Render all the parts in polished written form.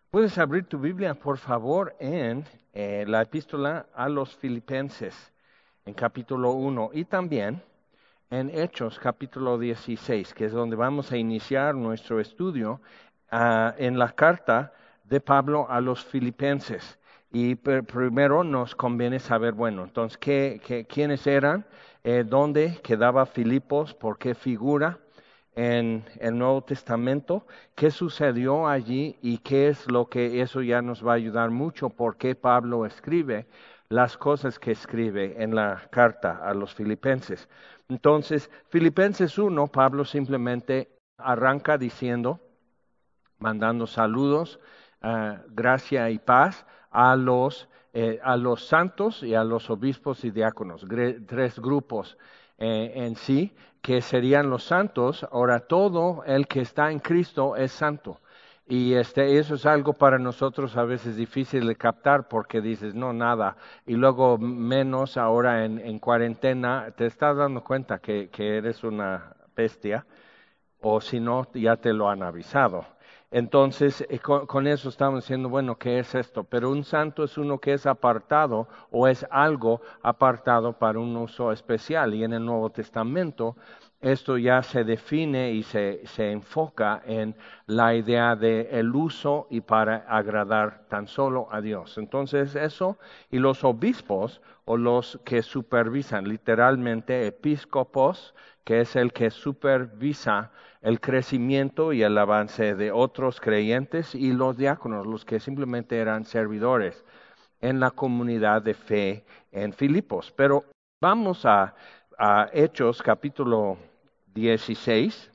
Puedes abrir tu Biblia, por favor, en la epístola a los Filipenses, en capítulo 1, y también en Hechos, capítulo 16, que es donde vamos a iniciar nuestro estudio en la carta de Pablo a los Filipenses. Y primero nos conviene saber, bueno, entonces, ¿quiénes eran? ¿Dónde quedaba Filipos? ¿Por qué figura en el Nuevo Testamento? ¿Qué sucedió allí y qué es lo que eso ya nos va a ayudar mucho? ¿Por qué Pablo escribe las cosas que escribe en la carta a los Filipenses? Entonces, Filipenses 1, Pablo simplemente arranca diciendo, mandando saludos, gracia y paz a los santos y a los obispos y diáconos, tres grupos en sí, que serían los santos. Ahora, todo el que está en Cristo es santo. Y eso es algo para nosotros a veces difícil de captar porque dices, no, nada. Y luego menos ahora en cuarentena, te estás dando cuenta que eres una bestia, o si no, ya te lo han avisado. Entonces, con eso estamos diciendo, bueno, ¿qué es esto? Pero un santo es uno que es apartado o es algo apartado para un uso especial. Y en el Nuevo Testamento esto ya se define y se enfoca en la idea de el uso y para agradar tan solo a Dios. Entonces eso, y los obispos o los que supervisan, literalmente episcopos, que es el que supervisa el crecimiento y el avance de otros creyentes, y los diáconos, los que simplemente eran servidores en la comunidad de fe en Filipos. Pero vamos a Hechos capítulo 16,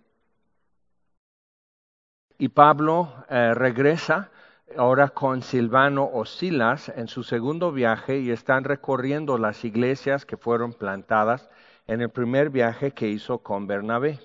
y Pablo regresa ahora con Silvano o Silas en su segundo viaje y están recorriendo las iglesias que fueron plantadas en el primer viaje que hizo con Bernabé.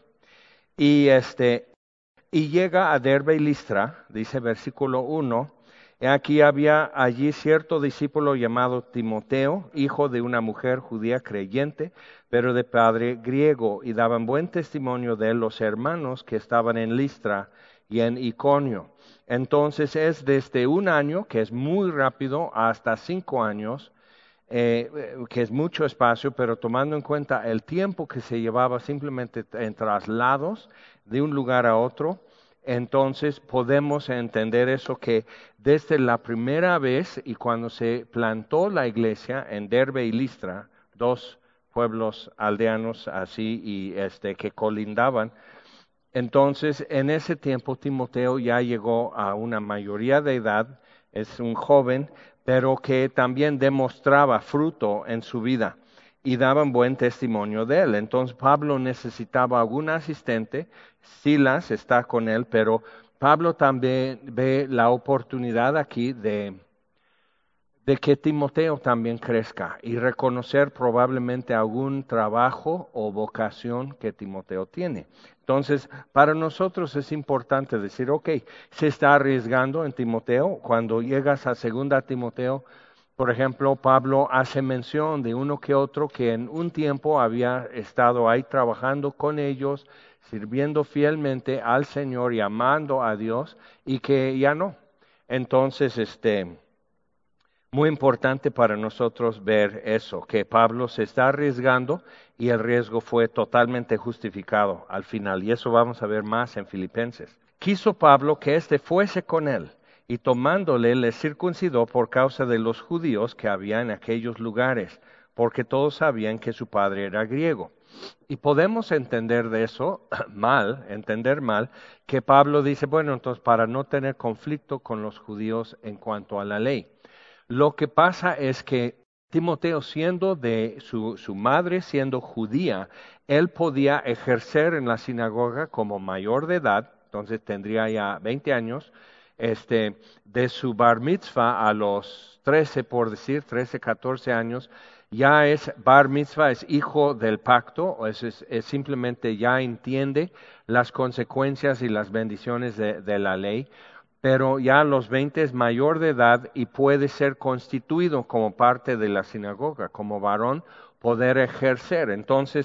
Y llega a Derbe y Listra, dice versículo 1, aquí había allí cierto discípulo llamado Timoteo, hijo de una mujer judía creyente, pero de padre griego, y daban buen testimonio de él los hermanos que estaban en Listra y en Iconio. Entonces es desde un año, que es muy rápido, hasta 5 años, que es mucho espacio, pero tomando en cuenta el tiempo que se llevaba simplemente en traslados de un lugar a otro, entonces podemos entender eso, que desde la primera vez y cuando se plantó la iglesia en Derbe y Listra, dos pueblos aldeanos así y que colindaban, entonces en ese tiempo Timoteo ya llegó a una mayoría de edad, es un joven, pero que también demostraba fruto en su vida y daban buen testimonio de él. Entonces Pablo necesitaba algún asistente, Silas está con él, pero Pablo también ve la oportunidad aquí de que Timoteo también crezca y reconocer probablemente algún trabajo o vocación que Timoteo tiene. Entonces, para nosotros es importante decir, ok, se está arriesgando en Timoteo. Cuando llegas a 2 Timoteo, por ejemplo, Pablo hace mención de uno que otro que en un tiempo había estado ahí trabajando con ellos, sirviendo fielmente al Señor y amando a Dios, y que ya no. Entonces, muy importante para nosotros ver eso, que Pablo se está arriesgando y el riesgo fue totalmente justificado al final. Y eso vamos a ver más en Filipenses. Quiso Pablo que éste fuese con él, y tomándole le circuncidó por causa de los judíos que había en aquellos lugares, porque todos sabían que su padre era griego. Y podemos entender de eso entender mal, que Pablo dice, bueno, entonces para no tener conflicto con los judíos en cuanto a la ley. Lo que pasa es que Timoteo, siendo de su madre, siendo judía, él podía ejercer en la sinagoga como mayor de edad, entonces tendría ya 20 años, de su bar mitzvah a los 13, por decir, 13, 14 años, ya es bar mitzvah, es hijo del pacto, o es simplemente ya entiende las consecuencias y las bendiciones de la ley, pero ya a los 20 es mayor de edad y puede ser constituido como parte de la sinagoga, como varón, poder ejercer. Entonces,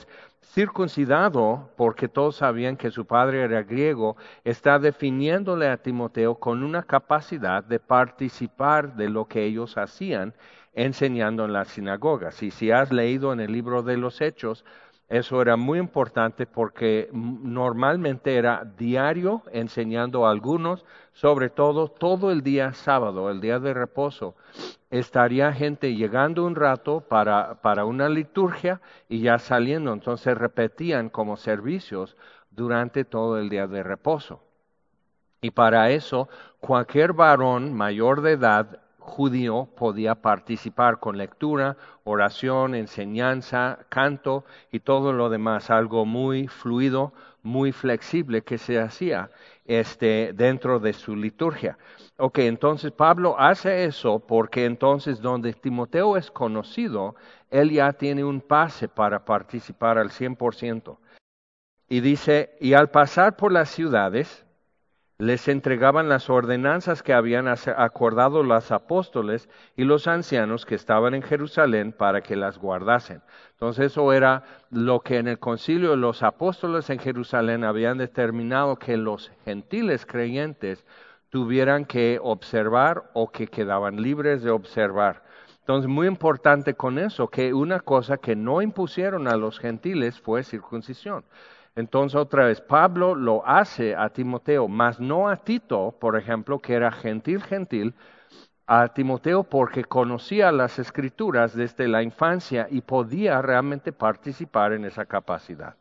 circuncidado, porque todos sabían que su padre era griego, está definiéndole a Timoteo con una capacidad de participar de lo que ellos hacían, enseñando en las sinagogas. Y si has leído en el libro de los Hechos, eso era muy importante porque normalmente era diario enseñando a algunos, sobre todo el día sábado, el día de reposo. Estaría gente llegando un rato para una liturgia y ya saliendo. Entonces repetían como servicios durante todo el día de reposo. Y para eso, cualquier varón mayor de edad judío podía participar con lectura, oración, enseñanza, canto y todo lo demás, algo muy fluido, muy flexible que se hacía dentro de su liturgia. Ok, entonces Pablo hace eso porque entonces donde Timoteo es conocido, él ya tiene un pase para participar al 100%. Y dice, y al pasar por las ciudades, les entregaban las ordenanzas que habían acordado los apóstoles y los ancianos que estaban en Jerusalén para que las guardasen. Entonces eso era lo que en el concilio de los apóstoles en Jerusalén habían determinado que los gentiles creyentes tuvieran que observar o que quedaban libres de observar. Entonces, muy importante con eso, que una cosa que no impusieron a los gentiles fue circuncisión. Entonces, otra vez, Pablo lo hace a Timoteo, mas no a Tito, por ejemplo, que era gentil, a Timoteo porque conocía las escrituras desde la infancia y podía realmente participar en esa capacidad.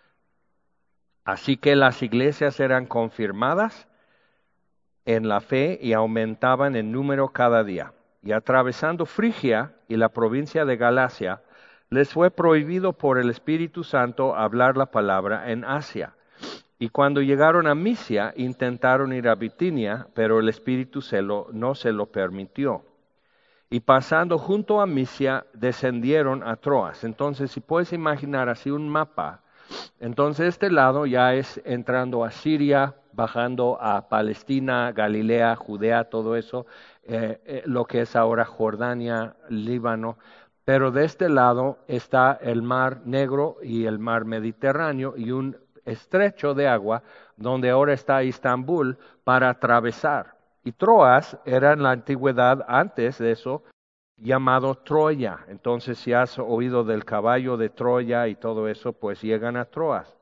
Así que las iglesias eran confirmadas en la fe y aumentaban en número cada día. Y atravesando Frigia y la provincia de Galacia, les fue prohibido por el Espíritu Santo hablar la palabra en Asia. Y cuando llegaron a Misia, intentaron ir a Bitinia, pero el Espíritu no se lo permitió. Y pasando junto a Misia, descendieron a Troas. Entonces, si puedes imaginar así un mapa, entonces este lado ya es entrando a Siria, bajando a Palestina, Galilea, Judea, todo eso, lo que es ahora Jordania, Líbano. Pero de este lado está el Mar Negro y el Mar Mediterráneo y un estrecho de agua donde ahora está Istambul para atravesar. Y Troas era en la antigüedad, antes de eso, llamado Troya. Entonces, si has oído del caballo de Troya y todo eso, pues llegan a Troas.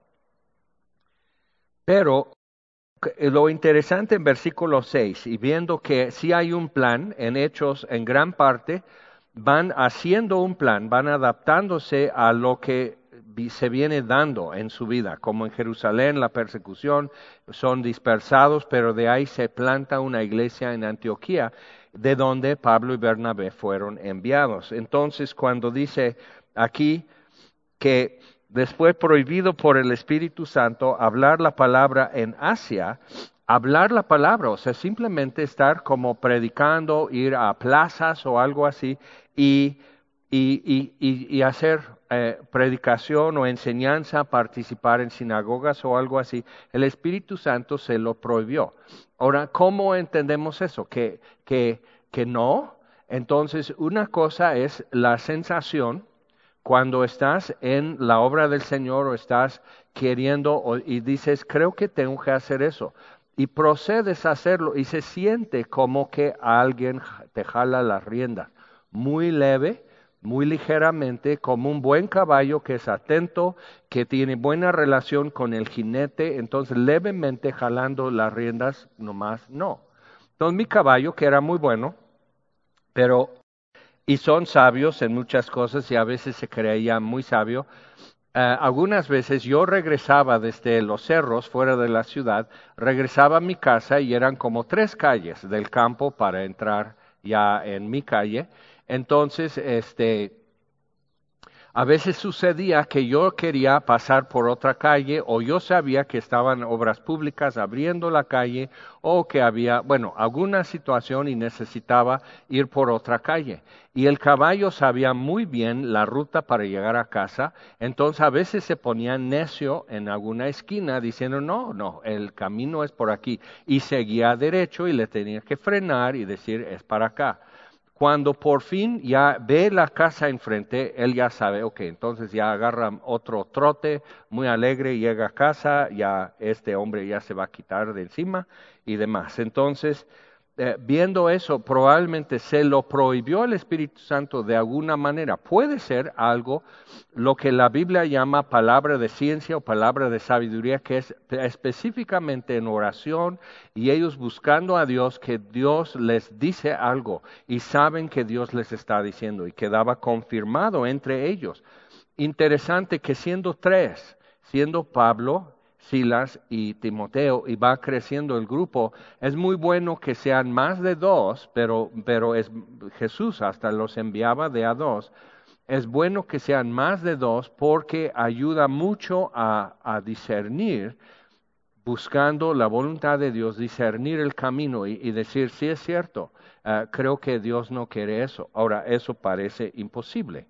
Pero lo interesante en versículo 6, y viendo que sí hay un plan en Hechos en gran parte, van haciendo un plan, van adaptándose a lo que se viene dando en su vida, como en Jerusalén la persecución, son dispersados, pero de ahí se planta una iglesia en Antioquía, de donde Pablo y Bernabé fueron enviados. Entonces, cuando dice aquí que después prohibido por el Espíritu Santo hablar la palabra en Asia, hablar la palabra, o sea, simplemente estar como predicando, ir a plazas o algo así y hacer predicación o enseñanza, participar en sinagogas o algo así, el Espíritu Santo se lo prohibió. Ahora, ¿cómo entendemos eso? Que no. Entonces, una cosa es la sensación cuando estás en la obra del Señor o estás queriendo y dices, creo que tengo que hacer eso. Y procedes a hacerlo y se siente como que alguien te jala las riendas. Muy leve, muy ligeramente, como un buen caballo que es atento, que tiene buena relación con el jinete, entonces levemente jalando las riendas, nomás no. Entonces mi caballo, que era muy bueno, y son sabios en muchas cosas y a veces se creía muy sabio. Algunas veces yo regresaba desde los cerros, fuera de la ciudad, regresaba a mi casa y eran como 3 calles del campo para entrar ya en mi calle. Entonces, a veces sucedía que yo quería pasar por otra calle o yo sabía que estaban obras públicas abriendo la calle o que había, alguna situación y necesitaba ir por otra calle. Y el caballo sabía muy bien la ruta para llegar a casa, entonces a veces se ponía necio en alguna esquina diciendo, no, el camino es por aquí. Y seguía derecho y le tenía que frenar y decir, es para acá. Cuando por fin ya ve la casa enfrente, él ya sabe, ok, entonces ya agarra otro trote, muy alegre, llega a casa, ya este hombre ya se va a quitar de encima y demás. Entonces, viendo eso, probablemente se lo prohibió el Espíritu Santo de alguna manera. Puede ser algo, lo que la Biblia llama palabra de ciencia o palabra de sabiduría, que es específicamente en oración y ellos buscando a Dios, que Dios les dice algo y saben que Dios les está diciendo y quedaba confirmado entre ellos. Interesante que siendo tres, siendo Pablo, Silas y Timoteo, y va creciendo el grupo, es muy bueno que sean más de dos, pero Jesús hasta los enviaba de a dos. Es bueno que sean más de dos porque ayuda mucho a discernir, buscando la voluntad de Dios, discernir el camino y decir, sí es cierto, creo que Dios no quiere eso. Ahora, eso parece imposible.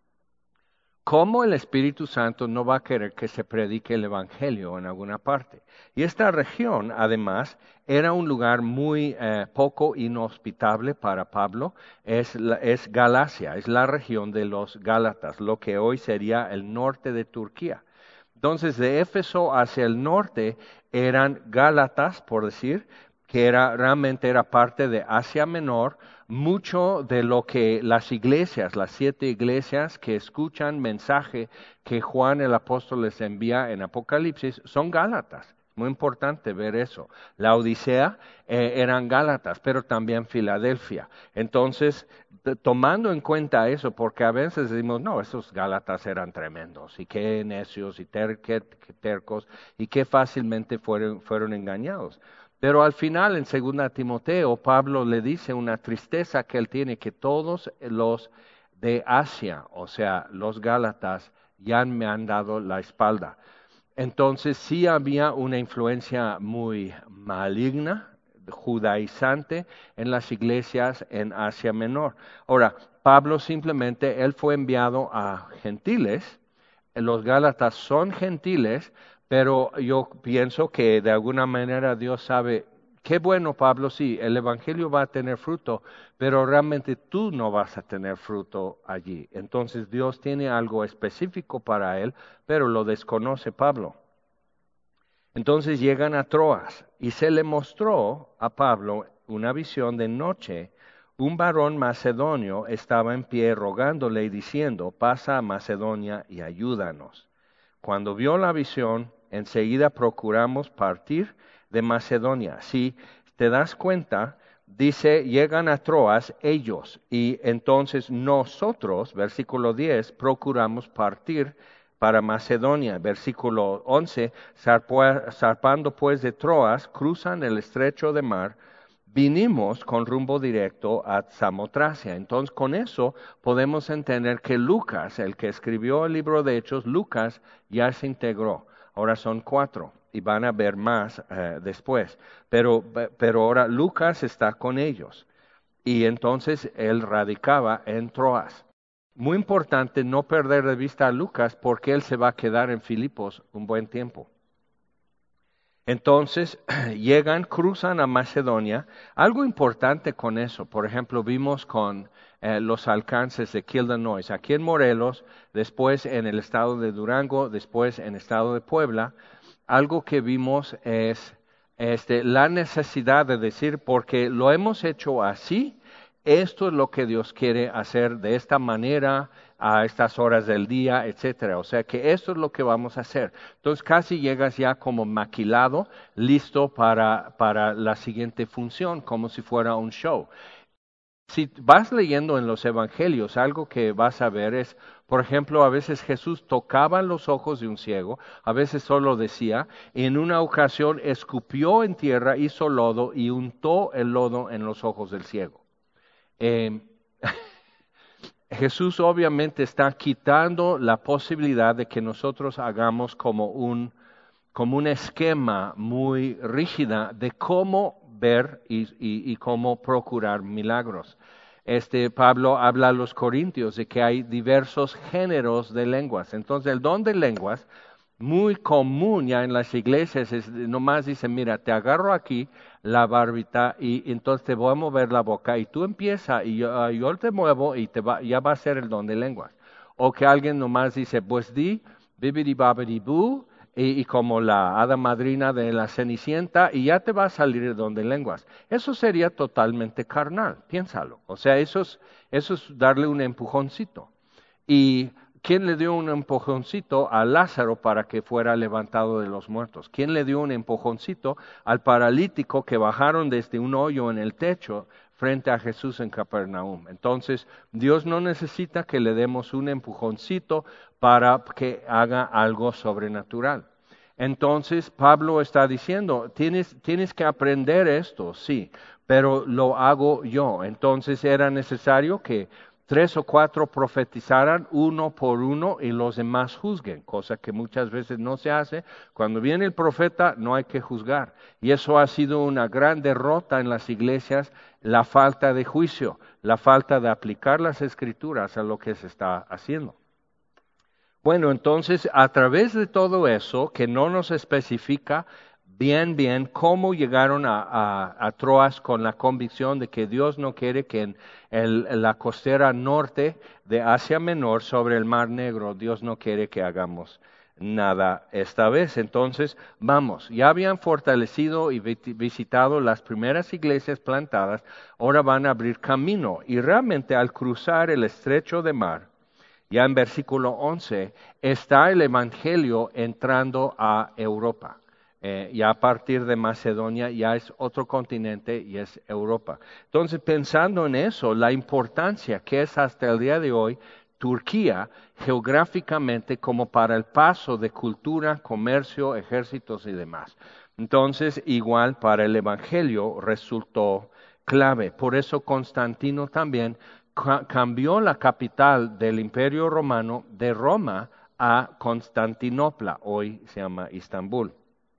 ¿Cómo el Espíritu Santo no va a querer que se predique el Evangelio en alguna parte? Y esta región, además, era un lugar muy poco inhospitable para Pablo. Es Galacia, es la región de los Gálatas, lo que hoy sería el norte de Turquía. Entonces, de Éfeso hacia el norte eran Gálatas, por decir, que realmente era parte de Asia Menor. Mucho de lo que las iglesias, las 7 iglesias que escuchan mensaje que Juan el apóstol les envía en Apocalipsis, son Gálatas. Muy importante ver eso. La Odisea eran Gálatas, pero también Filadelfia. Entonces, tomando en cuenta eso, porque a veces decimos, no, esos Gálatas eran tremendos, y qué necios, y qué tercos, y qué fácilmente fueron engañados. Pero al final, en 2 Timoteo, Pablo le dice una tristeza que él tiene, que todos los de Asia, o sea, los Gálatas, ya me han dado la espalda. Entonces sí había una influencia muy maligna, judaizante, en las iglesias en Asia Menor. Ahora, Pablo simplemente, él fue enviado a gentiles, los Gálatas son gentiles, pero yo pienso que de alguna manera Dios sabe, qué bueno Pablo, sí, el Evangelio va a tener fruto, pero realmente tú no vas a tener fruto allí. Entonces Dios tiene algo específico para él, pero lo desconoce Pablo. Entonces llegan a Troas y se le mostró a Pablo una visión de noche. Un varón macedonio estaba en pie rogándole y diciendo, pasa a Macedonia y ayúdanos. Cuando vio la visión, enseguida procuramos partir de Macedonia. Si te das cuenta, dice, llegan a Troas ellos y entonces nosotros, versículo 10, procuramos partir para Macedonia. Versículo 11, zarpando pues de Troas, cruzan el estrecho de mar, vinimos con rumbo directo a Samotracia. Entonces, con eso podemos entender que Lucas, el que escribió el libro de Hechos, Lucas ya se integró. Ahora son 4 y van a ver más después. Pero ahora Lucas está con ellos. Y entonces él radicaba en Troas. Muy importante no perder de vista a Lucas porque él se va a quedar en Filipos un buen tiempo. Entonces llegan, cruzan a Macedonia. Algo importante con eso, por ejemplo, vimos con los alcances de Kildanois, aquí en Morelos, después en el estado de Durango, después en el estado de Puebla. Algo que vimos es la necesidad de decir, porque lo hemos hecho así, esto es lo que Dios quiere hacer de esta manera, a estas horas del día, etcétera. O sea que esto es lo que vamos a hacer. Entonces casi llegas ya como maquilado, listo para la siguiente función, como si fuera un show. Si vas leyendo en los evangelios, algo que vas a ver es, por ejemplo, a veces Jesús tocaba los ojos de un ciego, a veces solo decía, y en una ocasión escupió en tierra, hizo lodo y untó el lodo en los ojos del ciego. Jesús obviamente está quitando la posibilidad de que nosotros hagamos como un esquema muy rígida de cómo ver y cómo procurar milagros. Pablo habla a los corintios de que hay diversos géneros de lenguas. Entonces el don de lenguas muy común ya en las iglesias, nomás dice, mira, te agarro aquí la barbita y entonces te voy a mover la boca y tú empieza y yo te muevo y ya va a ser el don de lenguas. O que alguien nomás dice, pues di, bibidi babidi boo, y como la hada madrina de la Cenicienta, y ya te va a salir el don de lenguas. Eso sería totalmente carnal, piénsalo. O sea, eso es darle un empujoncito. ¿Y quién le dio un empujoncito a Lázaro para que fuera levantado de los muertos? ¿Quién le dio un empujoncito al paralítico que bajaron desde un hoyo en el techo frente a Jesús en Capernaum? Entonces, Dios no necesita que le demos un empujoncito para que haga algo sobrenatural. Entonces, Pablo está diciendo, tienes que aprender esto, sí, pero lo hago yo. Entonces era necesario que 3 o 4 profetizaran uno por uno y los demás juzguen, cosa que muchas veces no se hace. Cuando viene el profeta no hay que juzgar. Y eso ha sido una gran derrota en las iglesias, la falta de juicio, la falta de aplicar las escrituras a lo que se está haciendo. Bueno, entonces, a través de todo eso, que no nos especifica bien cómo llegaron a Troas con la convicción de que Dios no quiere que en la costera norte de Asia Menor, sobre el Mar Negro, Dios no quiere que hagamos nada esta vez. Entonces, vamos, ya habían fortalecido y visitado las primeras iglesias plantadas, ahora van a abrir camino. Y realmente al cruzar el estrecho de mar, ya en versículo 11, está el Evangelio entrando a Europa. Ya a partir de Macedonia ya es otro continente y es Europa. Entonces, pensando en eso, la importancia que es hasta el día de hoy Turquía geográficamente como para el paso de cultura, comercio, ejércitos y demás. Entonces, igual para el Evangelio resultó clave. Por eso Constantino también cambió la capital del Imperio Romano de Roma a Constantinopla, hoy se llama Istambul.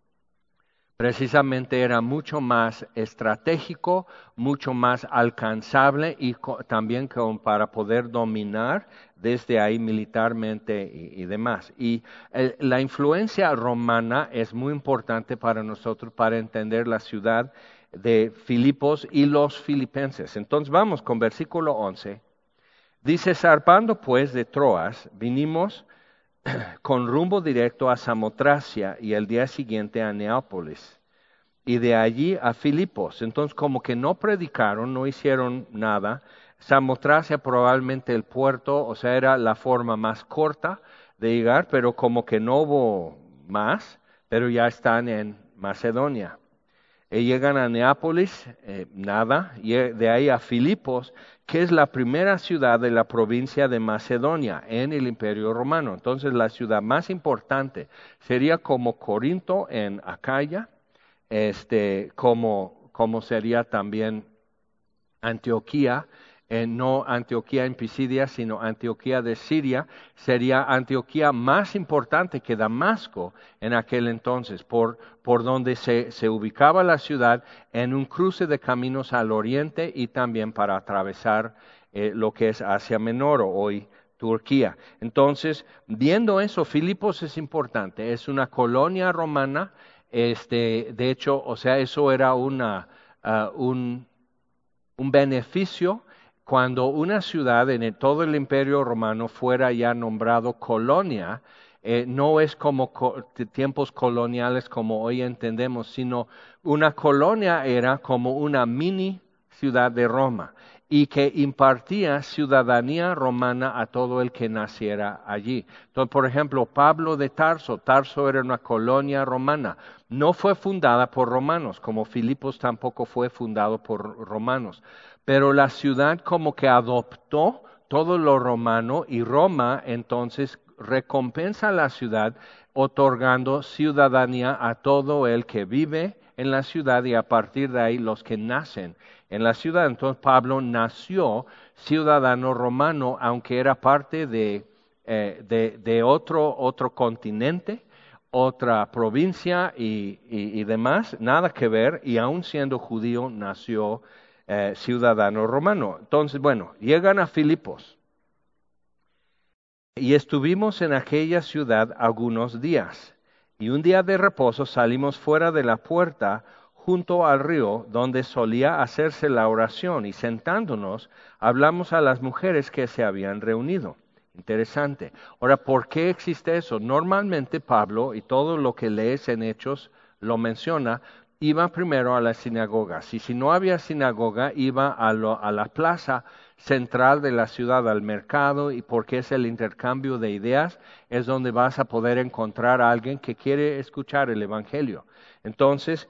Precisamente era mucho más estratégico, mucho más alcanzable y también para poder dominar desde ahí militarmente y demás. Y la influencia romana es muy importante para nosotros para entender la ciudad de Filipos y los filipenses. Entonces vamos con versículo 11. Dice, zarpando pues de Troas, vinimos con rumbo directo a Samotracia y el día siguiente a Neápolis y de allí a Filipos. Entonces como que no predicaron, no hicieron nada. Samotracia probablemente el puerto, o sea, era la forma más corta de llegar, pero como que no hubo más, pero ya están en Macedonia. Llegan a Neápolis, nada, y de ahí a Filipos, que es la primera ciudad de la provincia de Macedonia en el Imperio Romano. Entonces la ciudad más importante sería como Corinto en Acaya, como sería también Antioquía, no Antioquía en Pisidia, sino Antioquía de Siria, sería Antioquía más importante que Damasco en aquel entonces, por donde se ubicaba la ciudad en un cruce de caminos al oriente y también para atravesar lo que es Asia Menor o hoy Turquía. Entonces, viendo eso, Filipos es importante, es una colonia romana, de hecho, o sea, eso era un beneficio cuando una ciudad en todo el Imperio Romano fuera ya nombrado colonia. No es como tiempos coloniales como hoy entendemos, sino una colonia era como una mini ciudad de Roma y que impartía ciudadanía romana a todo el que naciera allí. Entonces, por ejemplo, Pablo de Tarso, Tarso era una colonia romana, no fue fundada por romanos, como Filipos tampoco fue fundado por romanos, pero la ciudad como que adoptó todo lo romano y Roma entonces recompensa a la ciudad otorgando ciudadanía a todo el que vive en la ciudad y a partir de ahí los que nacen en la ciudad. Entonces Pablo nació ciudadano romano, aunque era parte de otro continente, otra provincia y demás, nada que ver, y aún siendo judío nació ciudadano romano. Entonces, bueno, llegan a Filipos. Y estuvimos en aquella ciudad algunos días. Y un día de reposo salimos fuera de la puerta junto al río donde solía hacerse la oración, y sentándonos hablamos a las mujeres que se habían reunido. Interesante. Ahora, ¿por qué existe eso? Normalmente Pablo, y todo lo que lees en Hechos lo menciona, iba primero a las sinagogas. Y si no había sinagoga, iba a la plaza central de la ciudad, al mercado, y porque es el intercambio de ideas, es donde vas a poder encontrar a alguien que quiere escuchar el Evangelio. Entonces,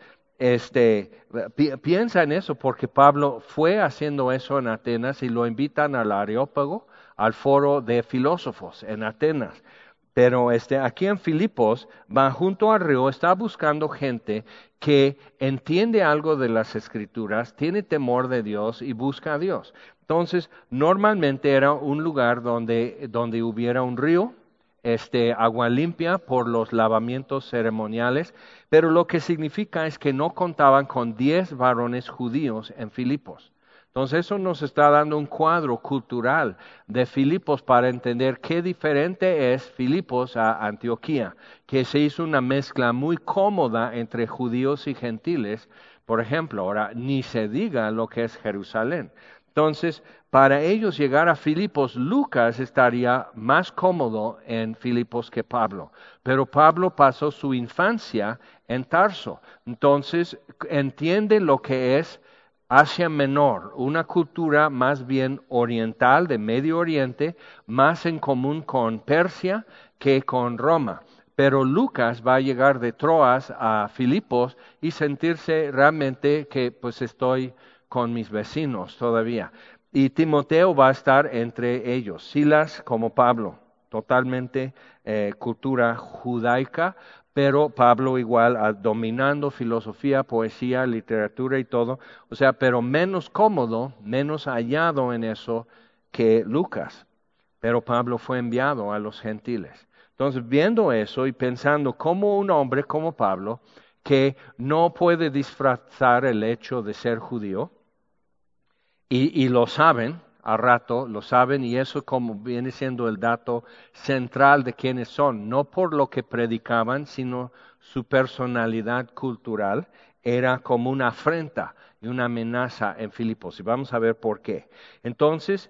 piensa en eso, porque Pablo fue haciendo eso en Atenas y lo invitan al Areópago, al foro de filósofos en Atenas. Pero aquí en Filipos, va junto al río, está buscando gente que entiende algo de las Escrituras, tiene temor de Dios y busca a Dios. Entonces, normalmente era un lugar donde hubiera un río, agua limpia por los lavamientos ceremoniales, pero lo que significa es que no contaban con 10 varones judíos en Filipos. Entonces eso nos está dando un cuadro cultural de Filipos para entender qué diferente es Filipos a Antioquía, que se hizo una mezcla muy cómoda entre judíos y gentiles, por ejemplo. Ahora, ni se diga lo que es Jerusalén. Entonces, para ellos llegar a Filipos, Lucas estaría más cómodo en Filipos que Pablo. Pero Pablo pasó su infancia en Tarso. Entonces, entiende lo que es Asia Menor, una cultura más bien oriental, de Medio Oriente, más en común con Persia que con Roma. Pero Lucas va a llegar de Troas a Filipos y sentirse realmente que pues estoy con mis vecinos todavía. Y Timoteo va a estar entre ellos. Silas como Pablo, totalmente cultura judaica, pero Pablo igual dominando filosofía, poesía, literatura y todo, o sea, pero menos cómodo, menos hallado en eso que Lucas. Pero Pablo fue enviado a los gentiles. Entonces, viendo eso y pensando como un hombre como Pablo, que no puede disfrazar el hecho de ser judío, y lo saben, a rato lo saben, y eso como viene siendo el dato central de quiénes son, no por lo que predicaban, sino su personalidad cultural, era como una afrenta y una amenaza en Filipos. Y vamos a ver por qué. Entonces,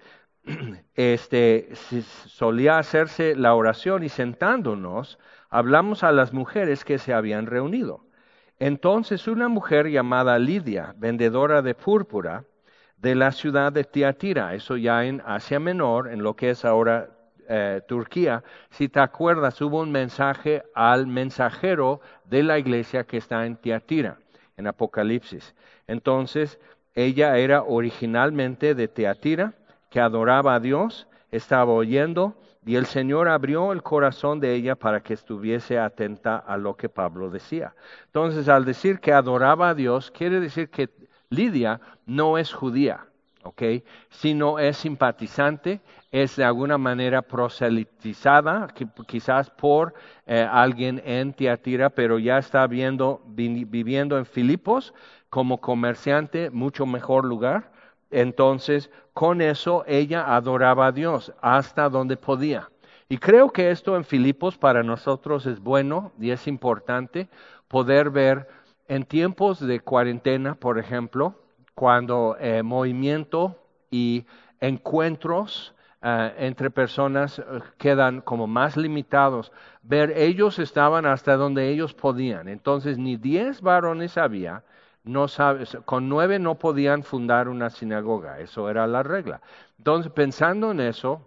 solía hacerse la oración y sentándonos, hablamos a las mujeres que se habían reunido. Entonces una mujer llamada Lidia, vendedora de púrpura, de la ciudad de Tiatira, eso ya en Asia Menor, en lo que es ahora Turquía. Si te acuerdas, hubo un mensaje al mensajero de la iglesia que está en Tiatira, en Apocalipsis. Entonces, ella era originalmente de Tiatira, que adoraba a Dios, estaba oyendo, y el Señor abrió el corazón de ella para que estuviese atenta a lo que Pablo decía. Entonces, al decir que adoraba a Dios, quiere decir que Lidia no es judía, ¿ok? Sino es simpatizante, es de alguna manera proselitizada, quizás por alguien en Tiatira, pero ya está viviendo en Filipos como comerciante, mucho mejor lugar. Entonces, con eso ella adoraba a Dios hasta donde podía. Y creo que esto en Filipos para nosotros es bueno y es importante poder ver en tiempos de cuarentena, por ejemplo, cuando movimiento y encuentros entre personas quedan como más limitados, ver ellos estaban hasta donde ellos podían. Entonces, ni 10 varones había. No sabes, con 9 no podían fundar una sinagoga, eso era la regla. Entonces, pensando en eso,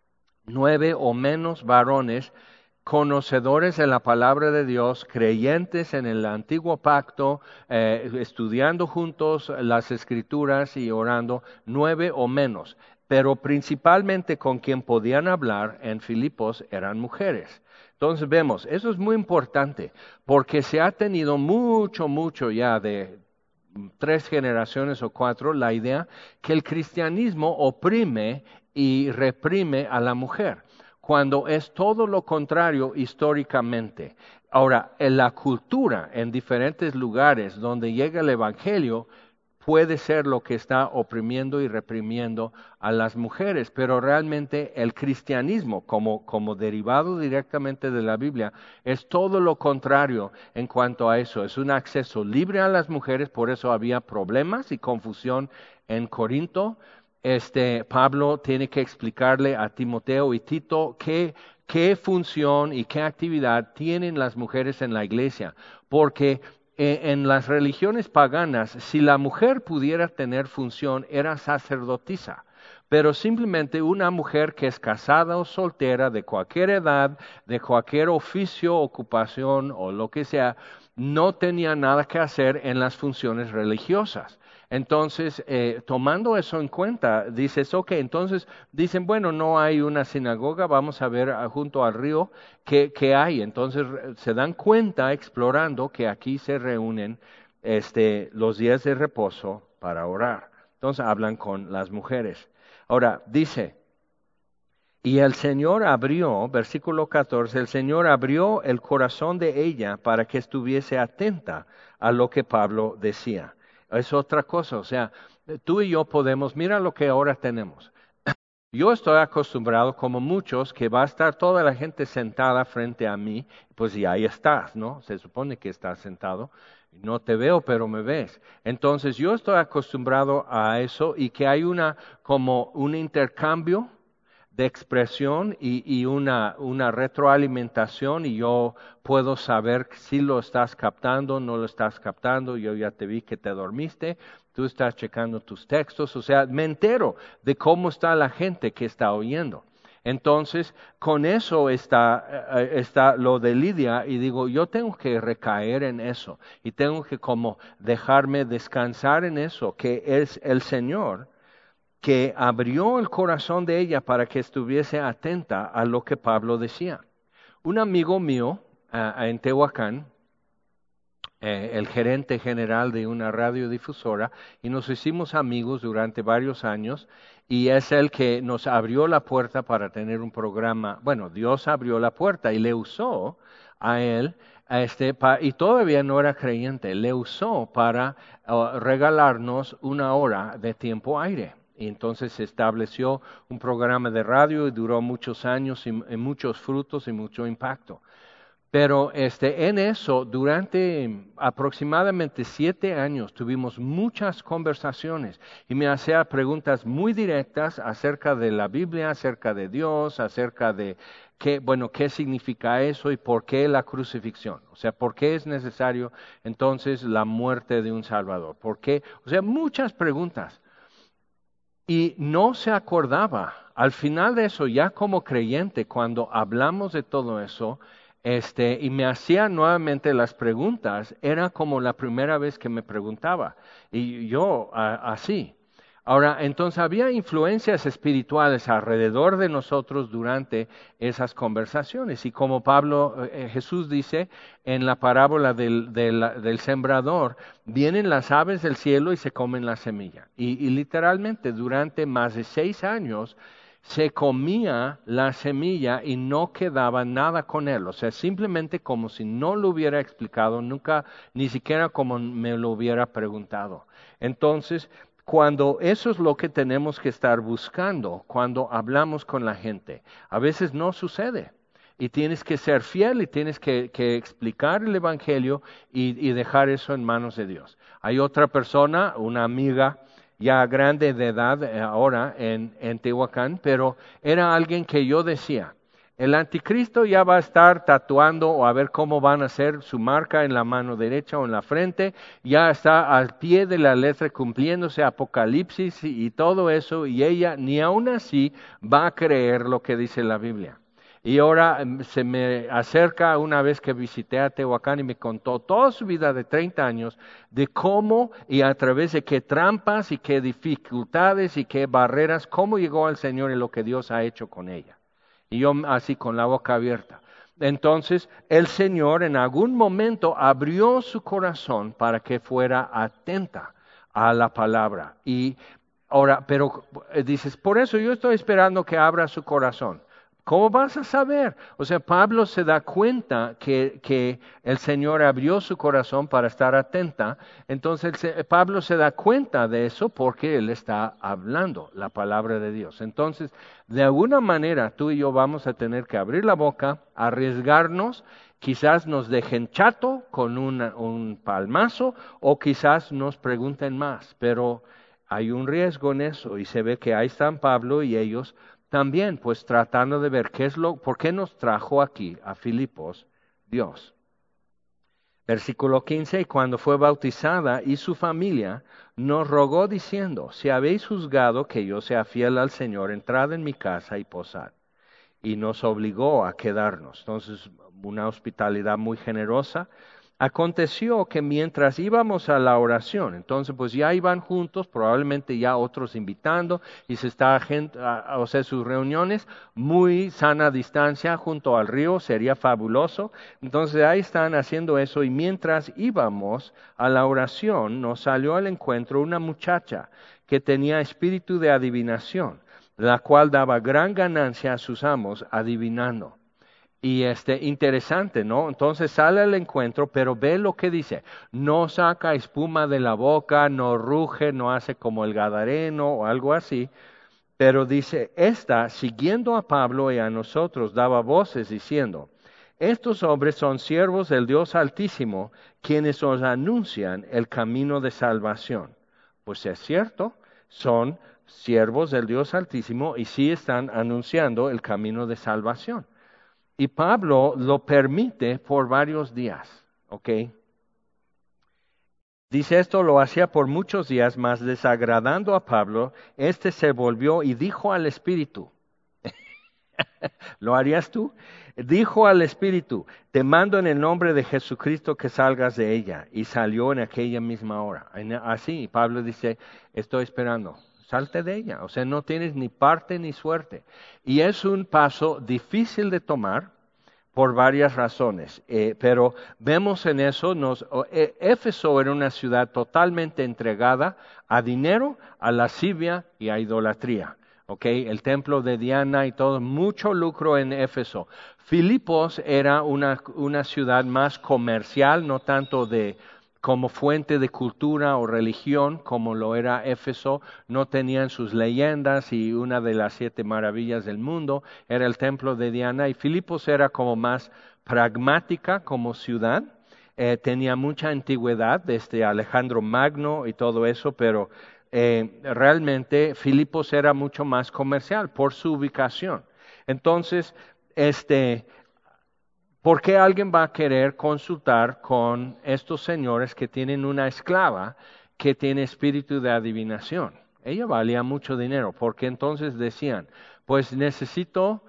9 o menos varones conocedores de la palabra de Dios, creyentes en el antiguo pacto, estudiando juntos las escrituras y orando, 9 o menos. Pero principalmente con quien podían hablar en Filipos eran mujeres. Entonces vemos, eso es muy importante, porque se ha tenido mucho ya de 3 generaciones o 4 la idea que el cristianismo oprime y reprime a la mujer, cuando es todo lo contrario históricamente. Ahora, en la cultura, en diferentes lugares donde llega el Evangelio, puede ser lo que está oprimiendo y reprimiendo a las mujeres, pero realmente el cristianismo, como derivado directamente de la Biblia, es todo lo contrario en cuanto a eso. Es un acceso libre a las mujeres, por eso había problemas y confusión en Corinto. Pablo tiene que explicarle a Timoteo y Tito qué función y qué actividad tienen las mujeres en la iglesia, porque en las religiones paganas, si la mujer pudiera tener función, era sacerdotisa. Pero simplemente una mujer que es casada o soltera, de cualquier edad, de cualquier oficio, ocupación o lo que sea, no tenía nada que hacer en las funciones religiosas. Entonces, tomando eso en cuenta, dices, ok, entonces dicen, bueno, no hay una sinagoga, vamos a ver junto al río qué hay. Entonces se dan cuenta explorando que aquí se reúnen los días de reposo para orar. Entonces hablan con las mujeres. Ahora, dice, y el Señor abrió, versículo 14, el Señor abrió el corazón de ella para que estuviese atenta a lo que Pablo decía. Es otra cosa, o sea, tú y yo podemos, mira lo que ahora tenemos. Yo estoy acostumbrado, como muchos, que va a estar toda la gente sentada frente a mí, pues y ahí estás, ¿no? Se supone que estás sentado. No te veo, pero me ves. Entonces yo estoy acostumbrado a eso y que hay como un intercambio de expresión y una retroalimentación y yo puedo saber si lo estás captando, no lo estás captando, yo ya te vi que te dormiste, tú estás checando tus textos, o sea, me entero de cómo está la gente que está oyendo. Entonces, con eso está lo de Lidia y digo, yo tengo que recaer en eso y tengo que como dejarme descansar en eso, que es el Señor que abrió el corazón de ella para que estuviese atenta a lo que Pablo decía. Un amigo mío en Tehuacán, el gerente general de una radiodifusora, y nos hicimos amigos durante varios años, y es el que nos abrió la puerta para tener un programa. Bueno, Dios abrió la puerta y le usó a él, y todavía no era creyente, le usó para regalarnos 1 hora de tiempo aire. Y entonces se estableció un programa de radio y duró muchos años y muchos frutos y mucho impacto. Pero en eso, durante aproximadamente 7 años, tuvimos muchas conversaciones y me hacía preguntas muy directas acerca de la Biblia, acerca de Dios, acerca de qué significa eso y por qué la crucifixión. O sea, por qué es necesario entonces la muerte de un Salvador. ¿Por qué? O sea, muchas preguntas. Y no se acordaba. Al final de eso, ya como creyente, cuando hablamos de todo eso, y me hacía nuevamente las preguntas, era como la primera vez que me preguntaba. Y yo así. Ahora, entonces había influencias espirituales alrededor de nosotros durante esas conversaciones. Y como Jesús dice en la parábola del sembrador, vienen las aves del cielo y se comen la semilla. Y literalmente durante más de 6 años se comía la semilla y no quedaba nada con él. O sea, simplemente como si no lo hubiera explicado, nunca, ni siquiera como me lo hubiera preguntado. Entonces, cuando eso es lo que tenemos que estar buscando cuando hablamos con la gente, a veces no sucede. Y tienes que ser fiel y tienes que explicar el Evangelio y dejar eso en manos de Dios. Hay otra persona, una amiga ya grande de edad ahora en Tehuacán, pero era alguien que yo decía, el anticristo ya va a estar tatuando o a ver cómo van a hacer su marca en la mano derecha o en la frente, ya está al pie de la letra cumpliéndose Apocalipsis y todo eso, y ella ni aún así va a creer lo que dice la Biblia. Y ahora se me acerca una vez que visité a Tehuacán y me contó toda su vida de 30 años de cómo y a través de qué trampas y qué dificultades y qué barreras, cómo llegó al Señor y lo que Dios ha hecho con ella. Y yo así con la boca abierta. Entonces el Señor en algún momento abrió su corazón para que fuera atenta a la palabra. Y ahora, pero dices, por eso yo estoy esperando que abra su corazón. ¿Cómo vas a saber? O sea, Pablo se da cuenta que el Señor abrió su corazón para estar atenta. Entonces Pablo se da cuenta de eso porque él está hablando la palabra de Dios. Entonces, de alguna manera tú y yo vamos a tener que abrir la boca, arriesgarnos. Quizás nos dejen chato con un palmazo o quizás nos pregunten más, pero hay un riesgo en eso y se ve que ahí están Pablo y ellos también, pues tratando de ver por qué nos trajo aquí a Filipos Dios. Versículo 15, y cuando fue bautizada y su familia, nos rogó diciendo, si habéis juzgado que yo sea fiel al Señor, entrad en mi casa y posad. Y nos obligó a quedarnos. Entonces, una hospitalidad muy generosa. Aconteció que mientras íbamos a la oración, entonces pues ya iban juntos, probablemente ya otros invitando, y se está o sea, sus reuniones muy sana distancia junto al río, sería fabuloso. Entonces ahí están haciendo eso, y mientras íbamos a la oración, nos salió al encuentro una muchacha que tenía espíritu de adivinación, la cual daba gran ganancia a sus amos adivinando. Y interesante, ¿no? Entonces sale al encuentro, pero ve lo que dice. No saca espuma de la boca, no ruge, no hace como el gadareno o algo así. Pero dice, esta, siguiendo a Pablo y a nosotros, daba voces diciendo, estos hombres son siervos del Dios Altísimo, quienes os anuncian el camino de salvación. Pues es cierto, son siervos del Dios Altísimo y sí están anunciando el camino de salvación. Y Pablo lo permite por varios días, ¿ok? Dice esto lo hacía por muchos días, mas desagradando a Pablo, se volvió y dijo al Espíritu, ¿lo harías tú? Dijo al Espíritu, te mando en el nombre de Jesucristo que salgas de ella. Y salió en aquella misma hora. Así, Pablo dice, estoy esperando. Salte de ella, o sea, no tienes ni parte ni suerte. Y es un paso difícil de tomar por varias razones, pero vemos en eso, Éfeso era una ciudad totalmente entregada a dinero, a lascivia y a idolatría. Okay, el templo de Diana y todo, mucho lucro en Éfeso. Filipos era una ciudad más comercial, no tanto como fuente de cultura o religión, como lo era Éfeso. No tenían sus leyendas y una de las 7 maravillas del mundo era el templo de Diana. Y Filipos era como más pragmática como ciudad. Tenía mucha antigüedad desde Alejandro Magno y todo eso, pero realmente Filipos era mucho más comercial por su ubicación. Entonces, ¿por qué alguien va a querer consultar con estos señores que tienen una esclava que tiene espíritu de adivinación? Ella valía mucho dinero, porque entonces decían, pues necesito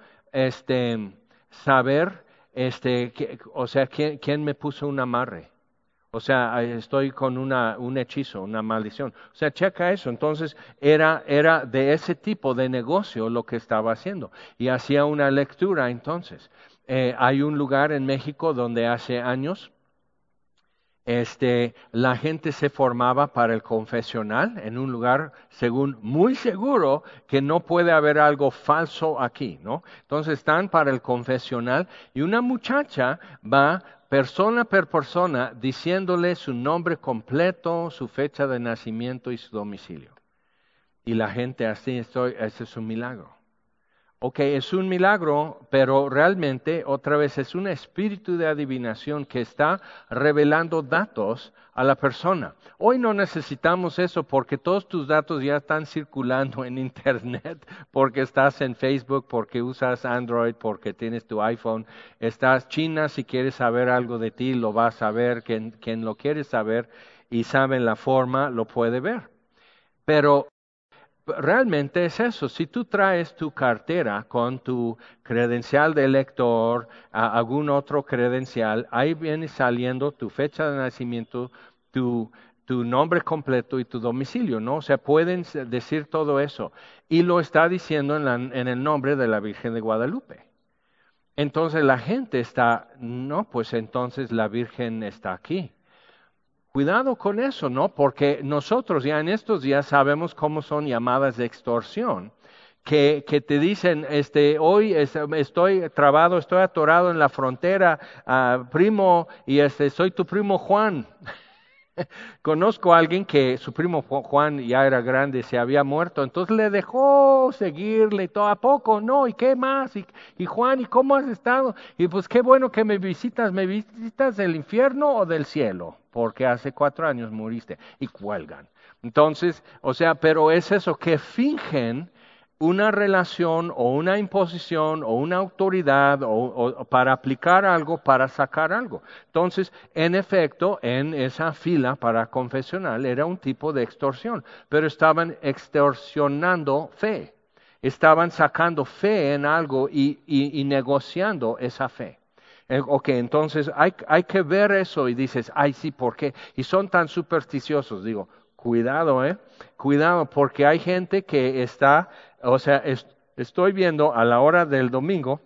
saber, quién me puso un amarre. O sea, estoy con un hechizo, una maldición. O sea, checa eso. Entonces, era de ese tipo de negocio lo que estaba haciendo. Y hacía una lectura entonces. Hay un lugar en México donde hace años la gente se formaba para el confesional en un lugar, según muy seguro, que no puede haber algo falso aquí, ¿no? Entonces están para el confesional y una muchacha va persona por persona diciéndole su nombre completo, su fecha de nacimiento y su domicilio. Y la gente así, ese es un milagro. Ok, es un milagro, pero realmente otra vez es un espíritu de adivinación que está revelando datos a la persona. Hoy no necesitamos eso porque todos tus datos ya están circulando en Internet, porque estás en Facebook, porque usas Android, porque tienes tu iPhone. Estás China, si quieres saber algo de ti, lo vas a ver. Quien lo quiere saber y sabe la forma, lo puede ver. Pero realmente es eso. Si tú traes tu cartera con tu credencial de lector, algún otro credencial, ahí viene saliendo tu fecha de nacimiento, tu nombre completo y tu domicilio, ¿no? O sea, pueden decir todo eso. Y lo está diciendo en el nombre de la Virgen de Guadalupe. Entonces la gente no, pues entonces la Virgen está aquí. Cuidado con eso, ¿no? Porque nosotros ya en estos días sabemos cómo son llamadas de extorsión, que te dicen, hoy estoy trabado, estoy atorado en la frontera, primo, y soy tu primo Juan. Conozco a alguien que su primo Juan ya era grande, se había muerto, entonces le dejó seguirle y todo. ¿A poco? No, ¿y qué más? Y Juan, ¿y cómo has estado? Y pues qué bueno que ¿me visitas del infierno o del cielo? Porque hace 4 años muriste. Y cuelgan. Entonces, o sea, pero es eso, que fingen una relación o una imposición o una autoridad o para aplicar algo, para sacar algo. Entonces, en efecto, en esa fila para confesional era un tipo de extorsión, pero estaban extorsionando fe, estaban sacando fe en algo y negociando esa fe. Ok, entonces hay que ver eso y dices, ay sí, ¿por qué? Y son tan supersticiosos, digo, cuidado, cuidado, porque hay gente que está, o sea, estoy viendo a la hora del domingo,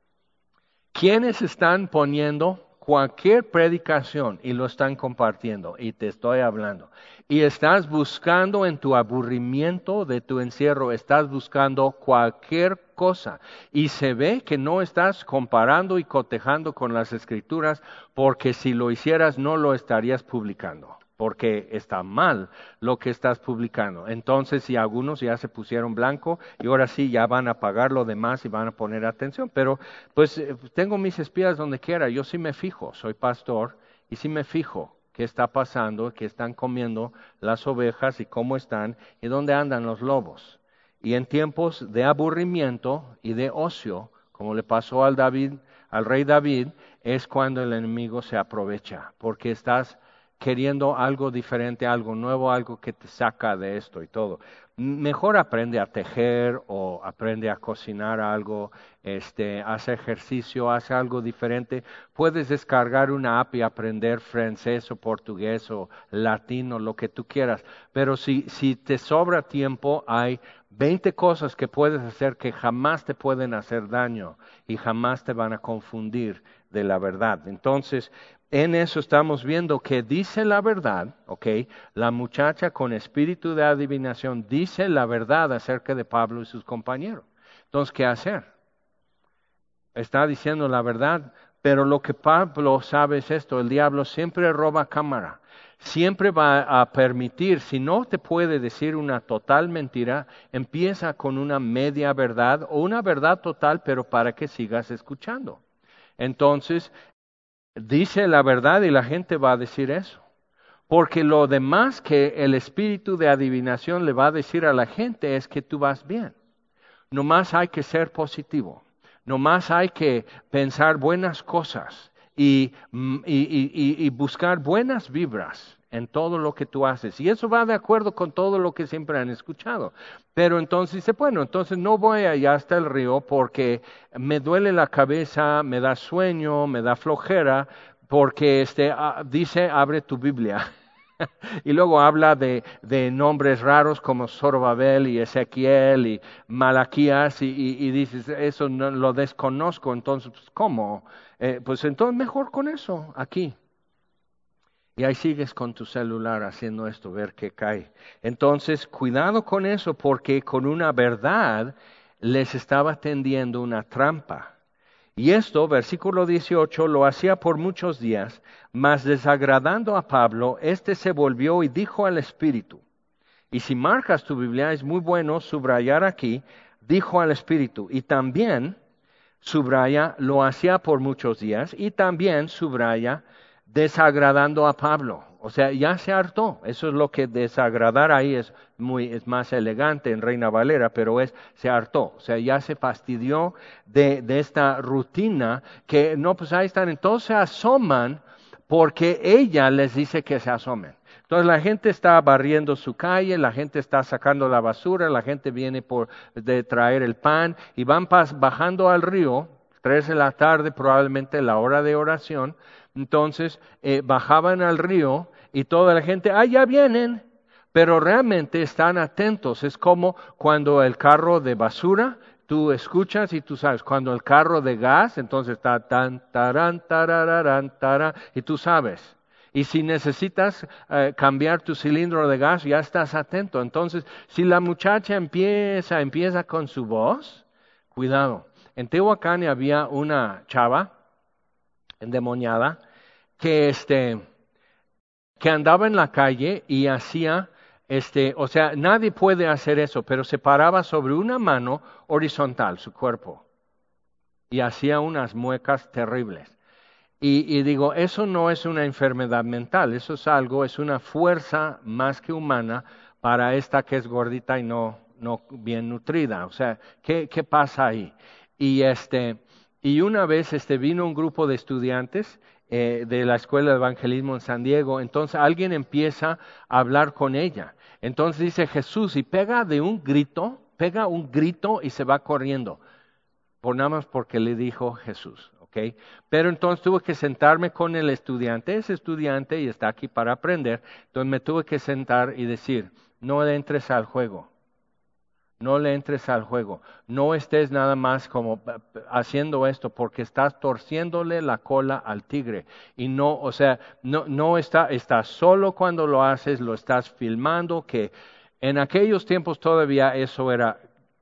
quienes están poniendo cualquier predicación y lo están compartiendo, y te estoy hablando. Y estás buscando en tu aburrimiento de tu encierro, estás buscando cualquier cosa. Y se ve que no estás comparando y cotejando con las Escrituras, porque si lo hicieras no lo estarías publicando, porque está mal lo que estás publicando. Entonces, si algunos ya se pusieron blanco y ahora sí ya van a pagar lo demás y van a poner atención, pero pues tengo mis espías donde quiera, yo sí me fijo, soy pastor y sí me fijo qué está pasando, qué están comiendo las ovejas y cómo están y dónde andan los lobos. Y en tiempos de aburrimiento y de ocio, como le pasó al rey David, es cuando el enemigo se aprovecha, porque estás queriendo algo diferente, algo nuevo, algo que te saca de esto y todo. Mejor aprende a tejer o aprende a cocinar algo, hace ejercicio, hace algo diferente. Puedes descargar una app y aprender francés o portugués o latino, lo que tú quieras. Pero si te sobra tiempo, hay 20 cosas que puedes hacer que jamás te pueden hacer daño y jamás te van a confundir de la verdad. Entonces, en eso estamos viendo que dice la verdad, ¿ok? La muchacha con espíritu de adivinación dice la verdad acerca de Pablo y sus compañeros. Entonces, ¿qué hacer? Está diciendo la verdad, pero lo que Pablo sabe es esto, el diablo siempre roba cámara. Siempre va a permitir, si no te puede decir una total mentira, empieza con una media verdad o una verdad total, pero para que sigas escuchando. Entonces, dice la verdad y la gente va a decir eso. Porque lo demás que el espíritu de adivinación le va a decir a la gente es que tú vas bien. Nomás hay que ser positivo. Nomás hay que pensar buenas cosas y buscar buenas vibras en todo lo que tú haces. Y eso va de acuerdo con todo lo que siempre han escuchado. Pero entonces dice, bueno, entonces no voy allá hasta el río porque me duele la cabeza, me da sueño, me da flojera, porque dice, abre tu Biblia. Y luego habla de nombres raros como Zorobabel y Ezequiel y Malaquías y dices, eso no, lo desconozco, entonces, pues, ¿cómo? Pues entonces mejor con eso, aquí. Y ahí sigues con tu celular haciendo esto, ver qué cae. Entonces, cuidado con eso porque con una verdad les estaba tendiendo una trampa. Y esto, versículo 18, lo hacía por muchos días, mas desagradando a Pablo, se volvió y dijo al Espíritu. Y si marcas tu Biblia, es muy bueno subrayar aquí, dijo al Espíritu. Y también subraya, lo hacía por muchos días, y también subraya, desagradando a Pablo. O sea, ya se hartó. Eso es lo que desagradar ahí es más elegante en Reina Valera, pero se hartó. O sea, ya se fastidió de esta rutina que no, pues ahí están. Entonces se asoman porque ella les dice que se asomen. Entonces la gente está barriendo su calle, la gente está sacando la basura, la gente viene de traer el pan y van bajando al río, 3 de la tarde, probablemente la hora de oración. Entonces bajaban al río y toda la gente, ya vienen, pero realmente están atentos. Es como cuando el carro de basura, tú escuchas y tú sabes, cuando el carro de gas, entonces está tan, tarán, tarararán, tarán, y tú sabes. Y si necesitas cambiar tu cilindro de gas, ya estás atento. Entonces, si la muchacha empieza con su voz, cuidado. En Tehuacán había una chava endemoniada que andaba en la calle y hacía, o sea, nadie puede hacer eso, pero se paraba sobre una mano horizontal, su cuerpo, y hacía unas muecas terribles. Y digo, eso no es una enfermedad mental, eso es una fuerza más que humana para esta que es gordita y no bien nutrida. O sea, ¿qué pasa ahí? Y una vez vino un grupo de estudiantes de la Escuela de Evangelismo en San Diego, entonces alguien empieza a hablar con ella. Entonces dice Jesús y pega un grito y se va corriendo, por nada más porque le dijo Jesús. ¿Okay? Pero entonces tuve que sentarme con el estudiante, es estudiante y está aquí para aprender, entonces me tuve que sentar y decir, no le entres al juego, no le entres al juego, no estés nada más como haciendo esto porque estás torciéndole la cola al tigre y no, o sea, no estás solo cuando lo haces, lo estás filmando, que en aquellos tiempos todavía eso era,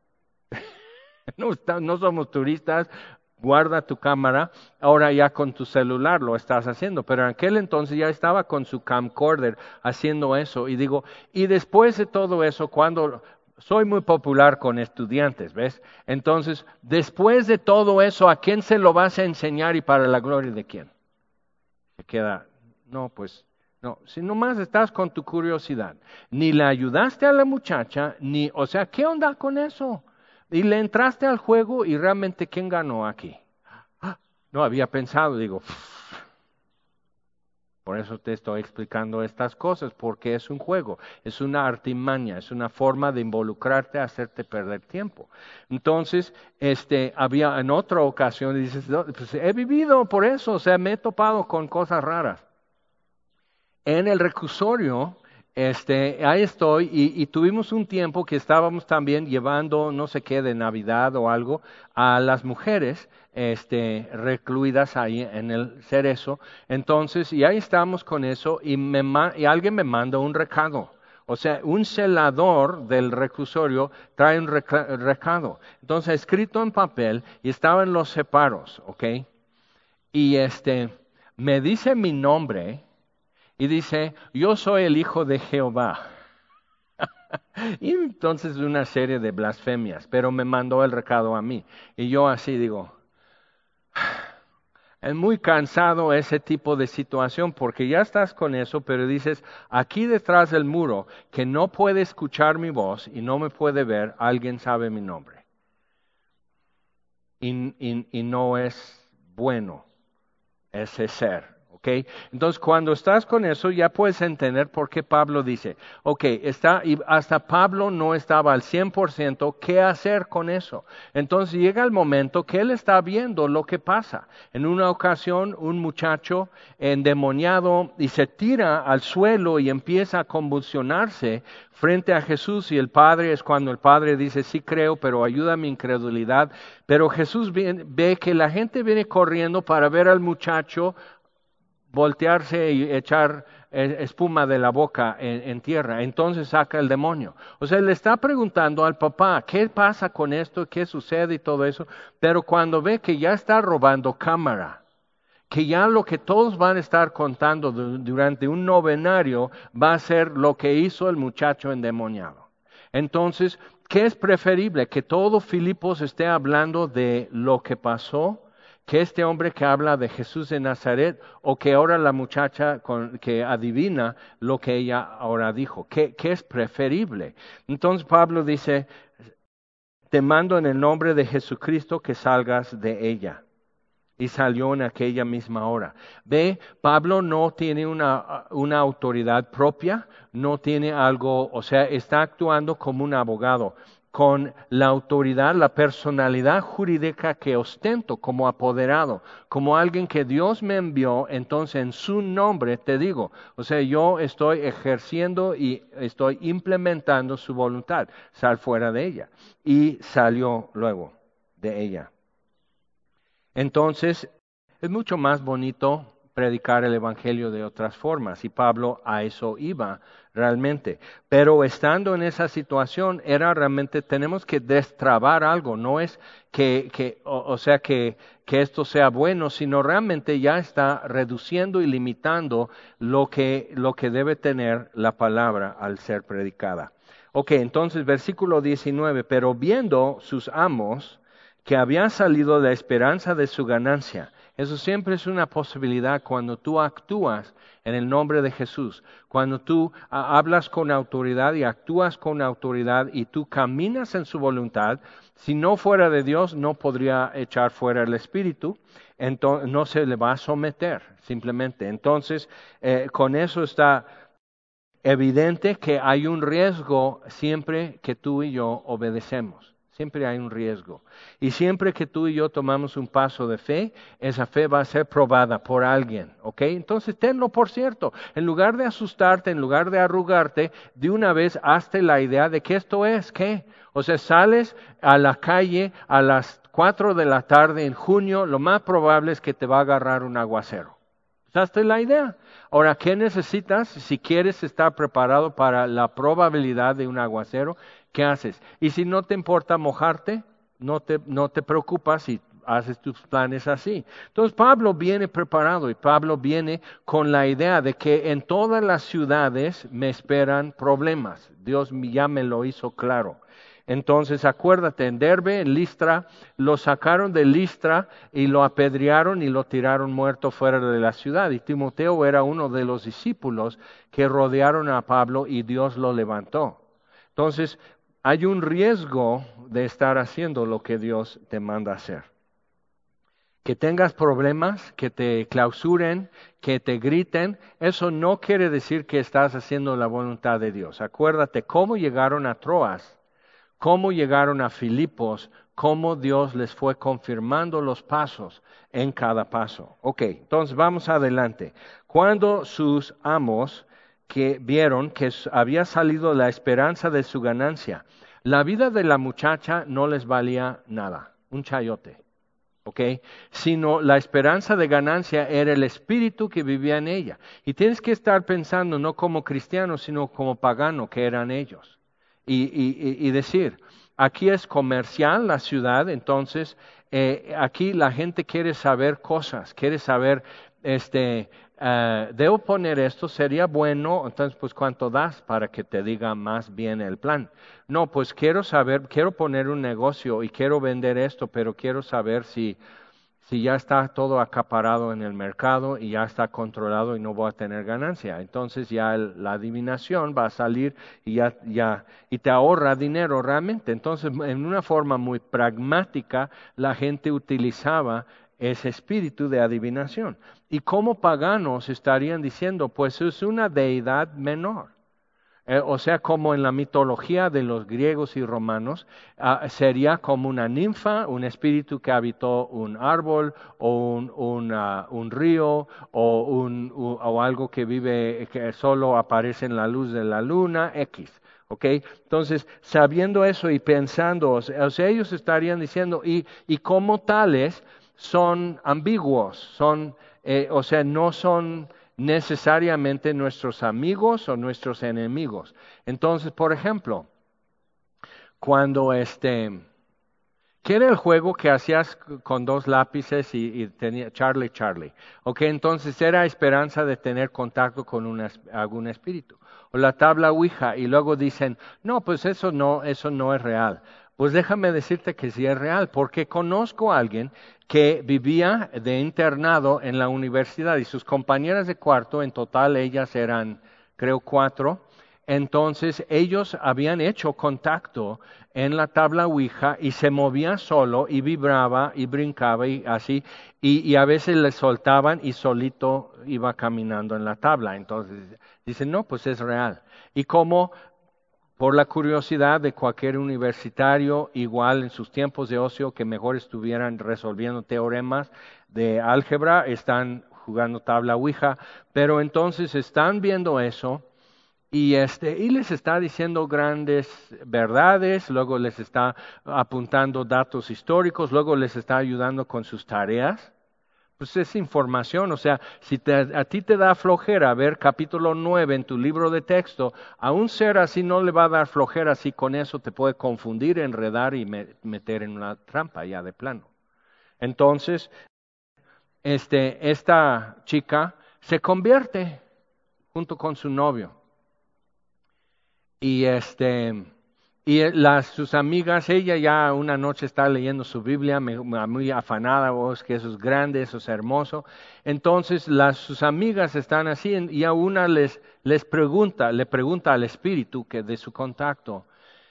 no somos turistas. Guarda tu cámara, ahora ya con tu celular lo estás haciendo, pero en aquel entonces ya estaba con su camcorder haciendo eso. Y digo, y después de todo eso, cuando soy muy popular con estudiantes, ¿ves? Entonces, después de todo eso, ¿a quién se lo vas a enseñar y para la gloria de quién? Se queda, no, pues, no, si nomás estás con tu curiosidad, ni le ayudaste a la muchacha, o sea, ¿qué onda con eso? Y le entraste al juego y realmente ¿quién ganó aquí? No había pensado, digo, por eso te estoy explicando estas cosas, porque es un juego, es una artimaña, es una forma de involucrarte, hacerte perder tiempo. Entonces, había en otra ocasión, y dices, no, pues he vivido por eso, o sea, me he topado con cosas raras. En el reclusorio, ahí estoy, y tuvimos un tiempo que estábamos también llevando, no sé qué, de Navidad o algo, a las mujeres, recluidas ahí en el Cerezo. Entonces, y ahí estamos con eso, y alguien me manda un recado. O sea, un celador del reclusorio trae un recado. Entonces, escrito en papel, y estaba en los separos, ¿ok? Y me dice mi nombre, y dice, yo soy el hijo de Jehová. Y entonces una serie de blasfemias, pero me mandó el recado a mí. Y yo así digo, es muy cansado ese tipo de situación porque ya estás con eso, pero dices, aquí detrás del muro, que no puede escuchar mi voz y no me puede ver, alguien sabe mi nombre. Y no es bueno ese ser. Okay. Entonces, cuando estás con eso, ya puedes entender por qué Pablo dice, y hasta Pablo no estaba al 100%, ¿qué hacer con eso? Entonces llega el momento que él está viendo lo que pasa. En una ocasión, un muchacho endemoniado y se tira al suelo y empieza a convulsionarse frente a Jesús, y es cuando el Padre dice, sí creo, pero ayuda a mi incredulidad. Pero Jesús ve que la gente viene corriendo para ver al muchacho voltearse y echar espuma de la boca en tierra. Entonces saca el demonio. O sea, le está preguntando al papá, ¿qué pasa con esto? ¿Qué sucede? Y todo eso. Pero cuando ve que ya está robando cámara, que ya lo que todos van a estar contando durante un novenario va a ser lo que hizo el muchacho endemoniado. Entonces, ¿qué es preferible? ¿Que todo Filipos esté hablando de lo que pasó? ¿Que este hombre que habla de Jesús de Nazaret? ¿O que ahora la muchacha que adivina lo que ella ahora dijo? ¿Qué es preferible? Entonces Pablo dice, te mando en el nombre de Jesucristo que salgas de ella. Y salió en aquella misma hora. Ve, Pablo no tiene una autoridad propia, no tiene algo, o sea, está actuando como un abogado, con la autoridad, la personalidad jurídica que ostento como apoderado, como alguien que Dios me envió, entonces en su nombre te digo, o sea, yo estoy ejerciendo y estoy implementando su voluntad, sal fuera de ella. Y salió luego de ella. Entonces, es mucho más bonito predicar el evangelio de otras formas, y Pablo a eso iba realmente. Pero estando en esa situación, era realmente, tenemos que destrabar algo, no es que esto sea bueno, sino realmente ya está reduciendo y limitando lo que debe tener la palabra al ser predicada. Ok, entonces versículo 19, pero viendo sus amos que había salido la esperanza de su ganancia. Eso siempre es una posibilidad cuando tú actúas en el nombre de Jesús, cuando tú hablas con autoridad y actúas con autoridad y tú caminas en su voluntad. Si no fuera de Dios, no podría echar fuera el espíritu, entonces no se le va a someter simplemente. Entonces, con eso está evidente que hay un riesgo siempre que tú y yo obedecemos. Siempre hay un riesgo. Y siempre que tú y yo tomamos un paso de fe, esa fe va a ser probada por alguien, ¿ok? Entonces tenlo por cierto. En lugar de asustarte, en lugar de arrugarte, de una vez hazte la idea de que esto es, ¿qué? O sea, sales a la calle a las 4 de la tarde en junio, lo más probable es que te va a agarrar un aguacero. ¿Hazte la idea? Ahora, ¿qué necesitas si quieres estar preparado para la probabilidad de un aguacero? ¿Qué haces? Y si no te importa mojarte, no te preocupas y haces tus planes así. Entonces Pablo viene preparado y Pablo viene con la idea de que en todas las ciudades me esperan problemas. Dios ya me lo hizo claro. Entonces acuérdate, en Derbe, en Listra, lo sacaron de Listra y lo apedrearon y lo tiraron muerto fuera de la ciudad. Y Timoteo era uno de los discípulos que rodearon a Pablo y Dios lo levantó. Entonces hay un riesgo de estar haciendo lo que Dios te manda hacer. Que tengas problemas, que te clausuren, que te griten, eso no quiere decir que estás haciendo la voluntad de Dios. Acuérdate cómo llegaron a Troas. Cómo llegaron a Filipos, cómo Dios les fue confirmando los pasos en cada paso. Ok, entonces vamos adelante. Cuando sus amos que vieron que había salido la esperanza de su ganancia, la vida de la muchacha no les valía nada, un chayote. ¿Ok? Sino la esperanza de ganancia era el espíritu que vivía en ella. Y tienes que estar pensando no como cristiano, sino como pagano que eran ellos. Y decir, aquí es comercial la ciudad, entonces aquí la gente quiere saber cosas, quiere saber, debo poner esto, sería bueno, entonces pues ¿cuánto das para que te diga más bien el plan? No, pues quiero saber, quiero poner un negocio y quiero vender esto, pero quiero saber si ya está todo acaparado en el mercado y ya está controlado y no voy a tener ganancia. Entonces ya la adivinación va a salir y y te ahorra dinero realmente. Entonces, en una forma muy pragmática, la gente utilizaba ese espíritu de adivinación. Y como paganos estarían diciendo, pues es una deidad menor. O sea, como en la mitología de los griegos y romanos, sería como una ninfa, un espíritu que habitó un árbol o un río o algo que vive, que solo aparece en la luz de la luna, X. ¿Okay? Entonces, sabiendo eso y pensando, o sea, ellos estarían diciendo, y como tales son ambiguos, o sea, no son necesariamente nuestros amigos o nuestros enemigos. Entonces, por ejemplo, cuando ¿qué era el juego que hacías con dos lápices y tenía Charlie? Ok, entonces era esperanza de tener contacto con algún espíritu. O la tabla Ouija y luego dicen, no, pues eso no es real. Pues déjame decirte que sí es real, porque conozco a alguien que vivía de internado en la universidad y sus compañeras de cuarto, en total ellas eran, creo, 4. Entonces ellos habían hecho contacto en la tabla Ouija y se movía solo y vibraba y brincaba y así, y a veces le soltaban y solito iba caminando en la tabla. Entonces dicen, no, pues es real. Y como por la curiosidad de cualquier universitario, igual en sus tiempos de ocio que mejor estuvieran resolviendo teoremas de álgebra, están jugando tabla Ouija, pero entonces están viendo eso y les está diciendo grandes verdades, luego les está apuntando datos históricos, luego les está ayudando con sus tareas, Pues es información, o sea, si a ti te da flojera ver capítulo 9 en tu libro de texto, a un ser así no le va a dar flojera, así con eso te puede confundir, enredar y meter en una trampa ya de plano. Entonces, esta chica se convierte junto con su novio. Y sus amigas, ella ya una noche está leyendo su Biblia, muy afanada, es que eso es grande, eso es hermoso. Entonces sus amigas están así y a una le pregunta al Espíritu que de su contacto,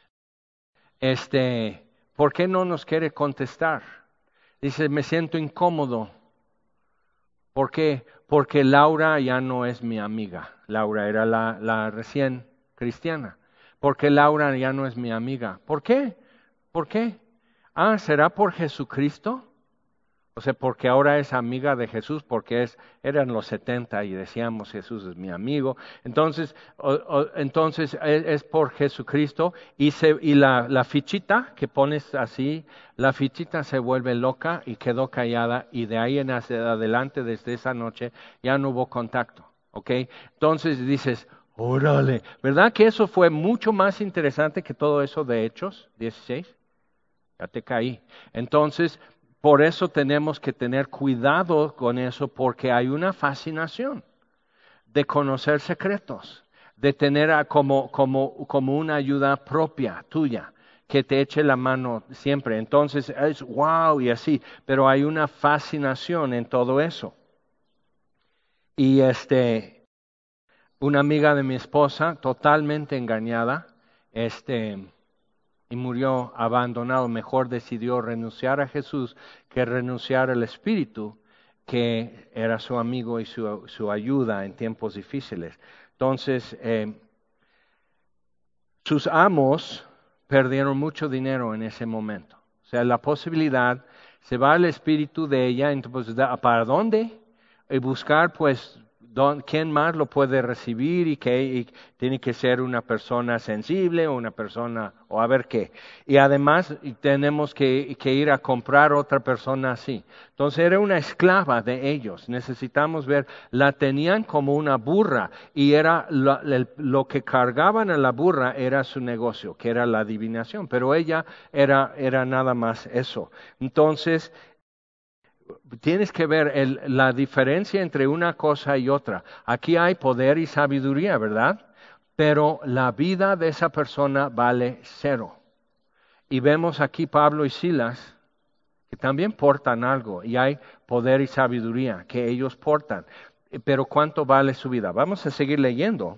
¿por qué no nos quiere contestar? Dice, me siento incómodo. ¿Por qué? Porque Laura ya no es mi amiga. Laura era la recién cristiana. Porque Laura ya no es mi amiga. ¿Por qué? ¿Por qué? ¿Será por Jesucristo? O sea, porque ahora es amiga de Jesús, porque eran los 70 y decíamos Jesús es mi amigo. Entonces, entonces es por Jesucristo y la fichita que pones así, la fichita se vuelve loca y quedó callada y de ahí en adelante, desde esa noche, ya no hubo contacto. ¿Ok? Entonces dices, órale, ¿verdad que eso fue mucho más interesante que todo eso de Hechos 16? Ya te caí. Entonces, por eso tenemos que tener cuidado con eso, porque hay una fascinación de conocer secretos, de tener como una ayuda propia tuya, que te eche la mano siempre. Entonces es wow y así, pero hay una fascinación en todo eso. Y una amiga de mi esposa, totalmente engañada, y murió abandonado. Mejor decidió renunciar a Jesús que renunciar al Espíritu, que era su amigo y su ayuda en tiempos difíciles. Entonces, sus amos perdieron mucho dinero en ese momento. O sea, la posibilidad, se va el espíritu de ella, entonces, ¿para dónde? Y buscar, pues, ¿quién más lo puede recibir? Y tiene que ser una persona sensible o una persona, o a ver qué. Y además tenemos que ir a comprar otra persona así. Entonces era una esclava de ellos. Necesitamos ver, la tenían como una burra y era lo que cargaban a la burra era su negocio, que era la adivinación. Pero ella era nada más eso. Entonces, tienes que ver la diferencia entre una cosa y otra. Aquí hay poder y sabiduría, ¿verdad? Pero la vida de esa persona vale cero. Y vemos aquí Pablo y Silas, que también portan algo, y hay poder y sabiduría que ellos portan. Pero ¿cuánto vale su vida? Vamos a seguir leyendo.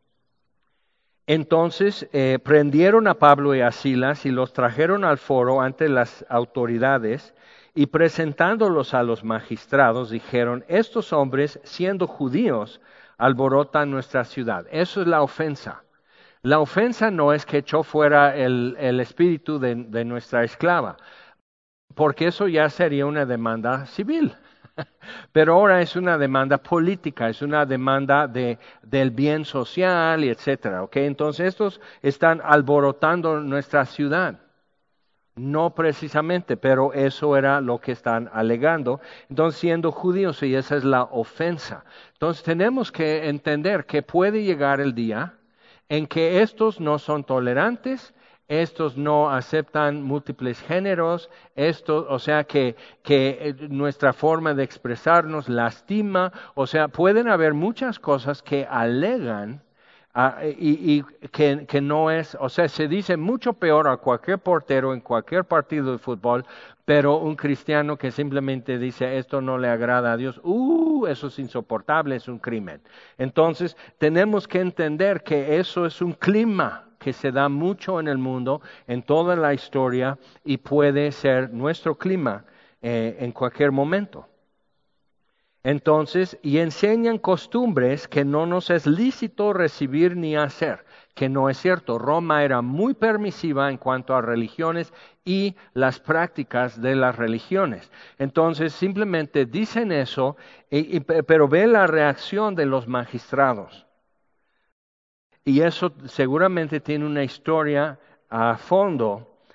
Entonces prendieron a Pablo y a Silas y los trajeron al foro ante las autoridades y presentándolos a los magistrados dijeron, estos hombres siendo judíos alborotan nuestra ciudad. Eso es la ofensa. La ofensa no es que echó fuera el espíritu de nuestra esclava, porque eso ya sería una demanda civil. Pero ahora es una demanda política, es una demanda del bien social y etcétera, ¿ok? Entonces estos están alborotando nuestra ciudad. No precisamente, pero eso era lo que están alegando. Entonces, siendo judíos, y esa es la ofensa. Entonces, tenemos que entender que puede llegar el día en que estos no son tolerantes, estos no aceptan múltiples géneros, o sea que nuestra forma de expresarnos lastima, o sea, pueden haber muchas cosas que alegan y que no es, o sea, se dice mucho peor a cualquier portero en cualquier partido de fútbol, pero un cristiano que simplemente dice esto no le agrada a Dios, eso es insoportable, es un crimen. Entonces, tenemos que entender que eso es un clima que se da mucho en el mundo, en toda la historia, y puede ser nuestro clima en cualquier momento. Entonces, y enseñan costumbres que no nos es lícito recibir ni hacer, que no es cierto. Roma era muy permisiva en cuanto a religiones y las prácticas de las religiones. Entonces, simplemente dicen eso, pero ve la reacción de los magistrados. Y eso seguramente tiene una historia a fondo,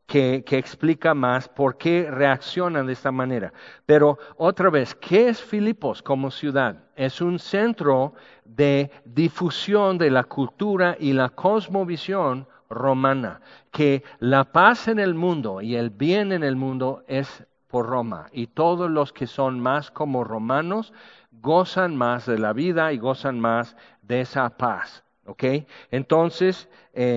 que explica más por qué reaccionan de esta manera. Pero otra vez, ¿qué es Filipos como ciudad? Es un centro de difusión de la cultura y la cosmovisión romana, que la paz en el mundo y el bien en el mundo es por Roma, y todos los que son más como romanos gozan más de la vida y gozan más de esa paz. ¿Ok? Entonces,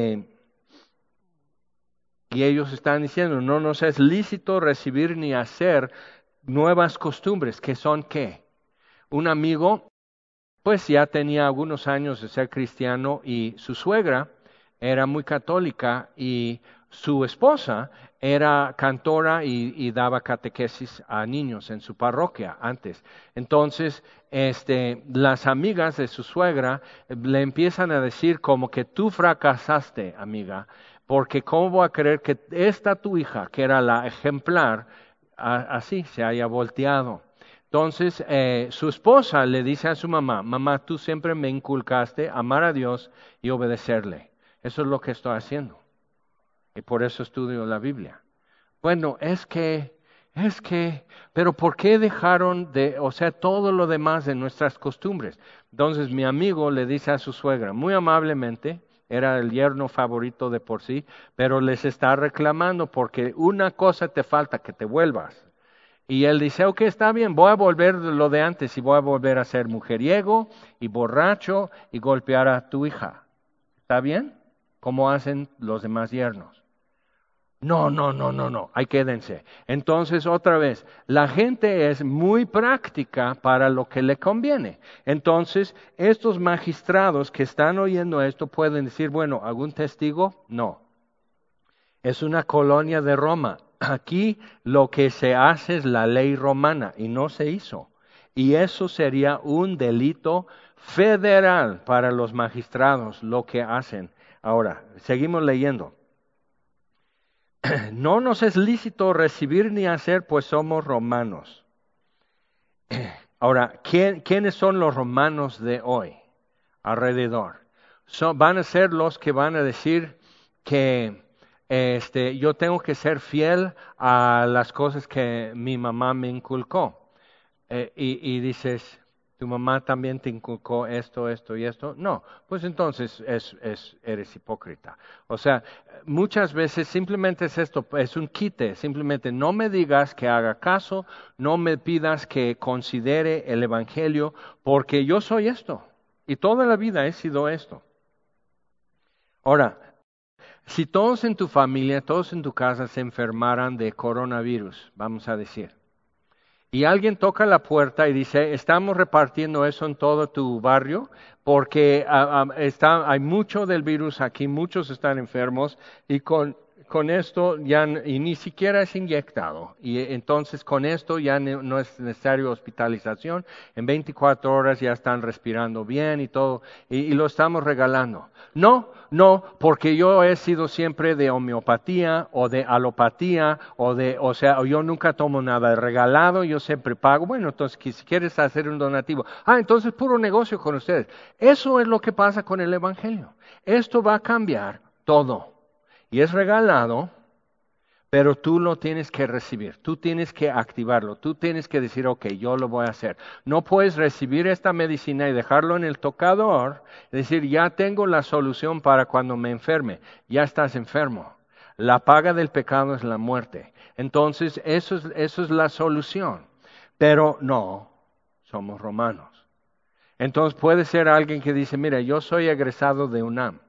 y ellos están diciendo, no nos es lícito recibir ni hacer nuevas costumbres, que son ¿qué? Un amigo, pues ya tenía algunos años de ser cristiano y su suegra era muy católica y su esposa era cantora y daba catequesis a niños en su parroquia antes. Entonces, las amigas de su suegra le empiezan a decir como que tú fracasaste, amiga, porque ¿cómo voy a creer que esta tu hija, que era la ejemplar, así se haya volteado? Entonces, su esposa le dice a su mamá, mamá, tú siempre me inculcaste amar a Dios y obedecerle. Eso es lo que estoy haciendo. Y por eso estudio la Biblia. Bueno, pero ¿por qué dejaron todo lo demás de nuestras costumbres? Entonces mi amigo le dice a su suegra, muy amablemente, era el yerno favorito de por sí, pero les está reclamando porque una cosa te falta, que te vuelvas. Y él dice, ok, está bien, voy a volver lo de antes y voy a volver a ser mujeriego y borracho y golpear a tu hija. ¿Está bien? Como hacen los demás yernos. No, ahí quédense. Entonces, otra vez, la gente es muy práctica para lo que le conviene. Entonces, estos magistrados que están oyendo esto pueden decir, bueno, ¿algún testigo? No. Es una colonia de Roma. Aquí lo que se hace es la ley romana y no se hizo. Y eso sería un delito federal para los magistrados, lo que hacen. Ahora, seguimos leyendo. No nos es lícito recibir ni hacer, pues somos romanos. Ahora, ¿quiénes son los romanos de hoy alrededor? Van a ser los que van a decir que yo tengo que ser fiel a las cosas que mi mamá me inculcó. Y dices, ¿tu mamá también te inculcó esto y esto? No, pues entonces eres hipócrita. O sea, muchas veces simplemente es esto, es un quite, simplemente no me digas que haga caso, no me pidas que considere el Evangelio, porque yo soy esto, y toda la vida he sido esto. Ahora, si todos en tu familia, todos en tu casa se enfermaran de coronavirus, vamos a decir, y alguien toca la puerta y dice, estamos repartiendo eso en todo tu barrio porque hay mucho del virus aquí, muchos están enfermos y con esto ya y ni siquiera es inyectado. Y entonces con esto ya no es necesario hospitalización, en 24 horas ya están respirando bien y todo, y lo estamos regalando. No, porque yo he sido siempre de homeopatía o de alopatía yo nunca tomo nada regalado, yo siempre pago. Bueno, entonces si quieres hacer un donativo, entonces puro negocio con ustedes. Eso es lo que pasa con el Evangelio. Esto va a cambiar todo. Y es regalado, pero tú lo tienes que recibir, tú tienes que activarlo, tú tienes que decir, ok, yo lo voy a hacer. No puedes recibir esta medicina y dejarlo en el tocador, decir, ya tengo la solución para cuando me enferme. Ya estás enfermo. La paga del pecado es la muerte. Entonces, eso es la solución. Pero no, somos romanos. Entonces puede ser alguien que dice, mira, yo soy egresado de UNAM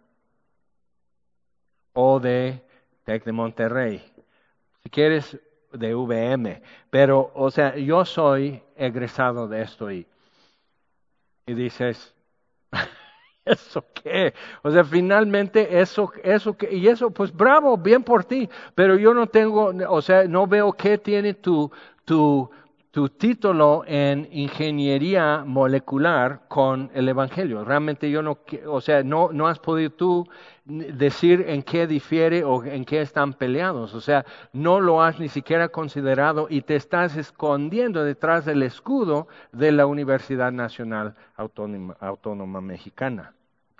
o de TEC de Monterrey. Si quieres, de VM, pero, yo soy egresado de esto y dices, ¿eso qué? Finalmente y eso, pues bravo, bien por ti, pero yo no tengo, no veo qué tiene tu título en ingeniería molecular con el Evangelio. Realmente yo no has podido tú decir en qué difiere o en qué están peleados. No lo has ni siquiera considerado y te estás escondiendo detrás del escudo de la Universidad Nacional Autónoma Mexicana.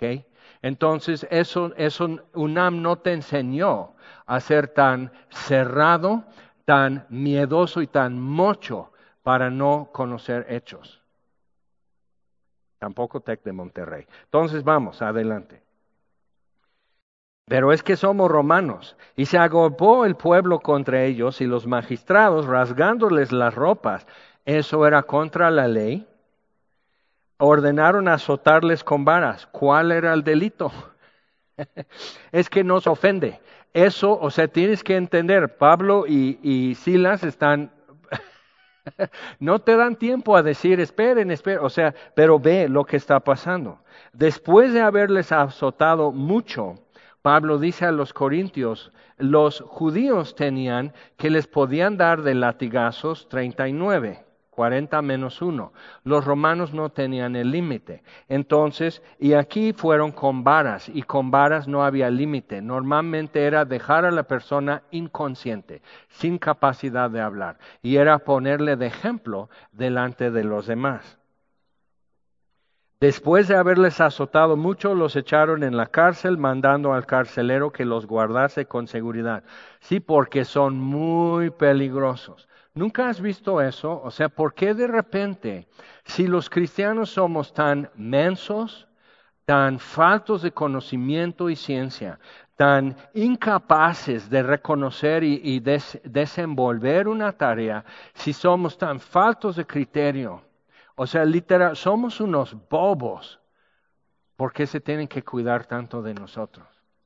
¿ok? Entonces, eso UNAM no te enseñó a ser tan cerrado, tan miedoso y tan mocho para no conocer hechos. Tampoco TEC de Monterrey. Entonces, vamos, adelante. Pero es que somos romanos, y se agolpó el pueblo contra ellos, y los magistrados, rasgándoles las ropas, eso era contra la ley, ordenaron azotarles con varas. ¿Cuál era el delito? Es que nos ofende. Eso, o sea, tienes que entender, Pablo y Silas están, no te dan tiempo a decir, esperen, o sea, pero ve lo que está pasando. Después de haberles azotado mucho, Pablo dice a los corintios, los judíos tenían que les podían dar de latigazos 39, 40 menos 1. Los romanos no tenían el límite. Entonces, y aquí fueron con varas, y con varas no había límite. Normalmente era dejar a la persona inconsciente, sin capacidad de hablar, y era ponerle de ejemplo delante de los demás. Después de haberles azotado mucho, los echaron en la cárcel, mandando al carcelero que los guardase con seguridad. Sí, porque son muy peligrosos. ¿Nunca has visto eso? O sea, ¿por qué de repente, si los cristianos somos tan mensos, tan faltos de conocimiento y ciencia, tan incapaces de reconocer y desenvolver una tarea, si somos tan faltos de criterio? O sea, literal, somos unos bobos. ¿Por qué se tienen que cuidar tanto de nosotros?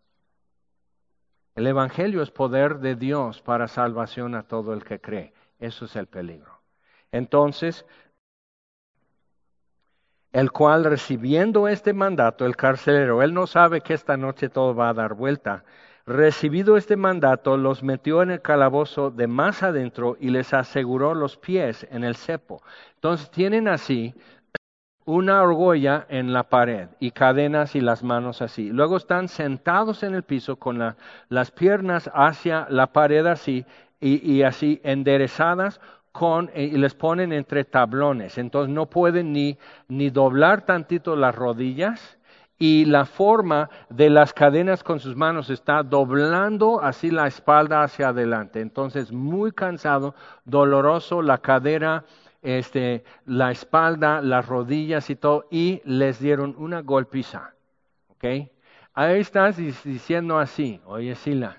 El Evangelio es poder de Dios para salvación a todo el que cree. Eso es el peligro. Entonces, el cual recibiendo este mandato, el carcelero, él no sabe que esta noche todo va a dar vuelta. Recibido este mandato, los metió en el calabozo de más adentro y les aseguró los pies en el cepo. Entonces tienen así una argolla en la pared y cadenas y las manos así. Luego están sentados en el piso con las piernas hacia la pared así y así enderezadas y les ponen entre tablones. Entonces no pueden ni doblar tantito las rodillas. Y la forma de las cadenas con sus manos está doblando así la espalda hacia adelante. Entonces, muy cansado, doloroso, la cadera, la espalda, las rodillas y todo. Y les dieron una golpiza. ¿Ok? Ahí estás diciendo así, oye Silas,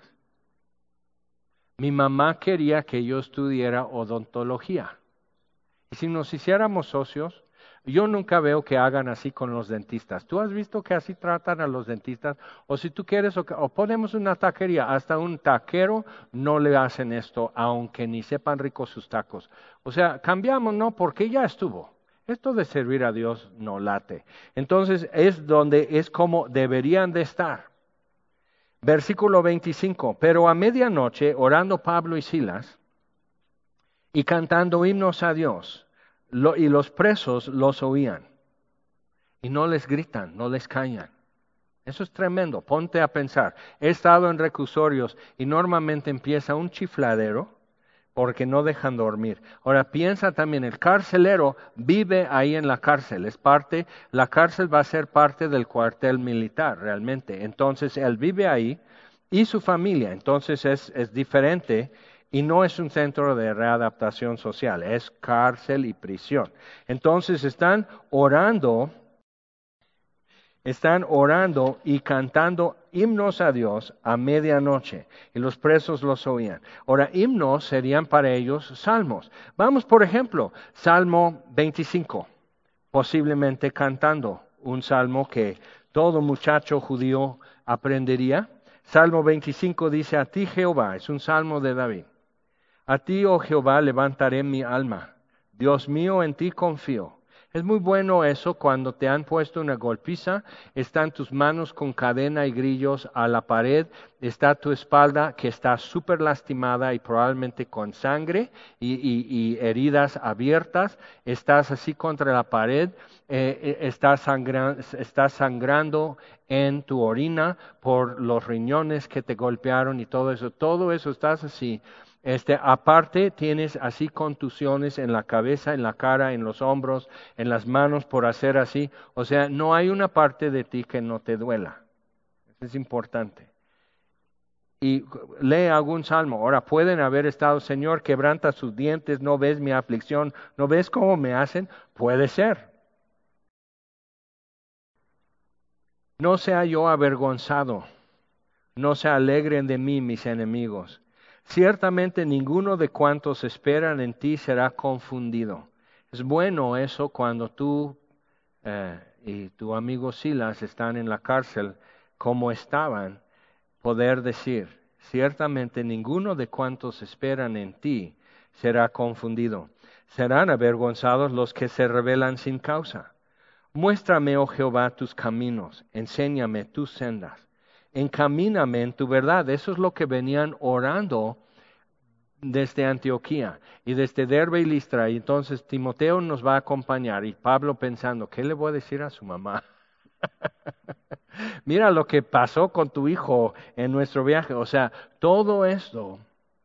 mi mamá quería que yo estudiara odontología. Y si nos hiciéramos socios, yo nunca veo que hagan así con los dentistas. ¿Tú has visto que así tratan a los dentistas? O si tú quieres, o ponemos una taquería, hasta un taquero no le hacen esto, aunque ni sepan ricos sus tacos. O sea, cambiamos, ¿no? Porque ya estuvo. Esto de servir a Dios no late. Entonces es como deberían de estar. Versículo 25. Pero a medianoche, orando Pablo y Silas, y cantando himnos a Dios, y los presos los oían. Y no les gritan, no les callan. Eso es tremendo, ponte a pensar. He estado en reclusorios y normalmente empieza un chifladero porque no dejan dormir. Ahora piensa también, el carcelero vive ahí en la cárcel, la cárcel va a ser parte del cuartel militar realmente. Entonces él vive ahí y su familia, entonces es diferente. Y no es un centro de readaptación social, es cárcel y prisión. Entonces están orando y cantando himnos a Dios a medianoche, y los presos los oían. Ahora, himnos serían para ellos salmos. Vamos, por ejemplo, Salmo 25, posiblemente cantando un salmo que todo muchacho judío aprendería. Salmo 25 dice, a ti Jehová, es un salmo de David. A ti, oh Jehová, levantaré mi alma. Dios mío, en ti confío. Es muy bueno eso cuando te han puesto una golpiza, están tus manos con cadena y grillos a la pared, está tu espalda que está súper lastimada y probablemente con sangre y heridas abiertas, estás así contra la pared, estás sangrando en tu orina por los riñones que te golpearon y todo eso estás así. Aparte tienes así contusiones en la cabeza, en la cara, en los hombros, en las manos por hacer así. O sea, no hay una parte de ti que no te duela. Eso es importante. Y lee algún salmo. Ahora pueden haber estado, Señor, quebranta sus dientes, no ves mi aflicción, no ves cómo me hacen. Puede ser. No sea yo avergonzado, no se alegren de mí mis enemigos. Ciertamente ninguno de cuantos esperan en ti será confundido. Es bueno eso cuando tú y tu amigo Silas están en la cárcel, como estaban, poder decir, ciertamente ninguno de cuantos esperan en ti será confundido. Serán avergonzados los que se rebelan sin causa. Muéstrame, oh Jehová, tus caminos, enséñame tus sendas. Encamíname en tu verdad. Eso es lo que venían orando desde Antioquía y desde Derbe y Listra. Y entonces Timoteo nos va a acompañar y Pablo pensando, ¿qué le voy a decir a su mamá? Mira lo que pasó con tu hijo en nuestro viaje. O sea, todo esto,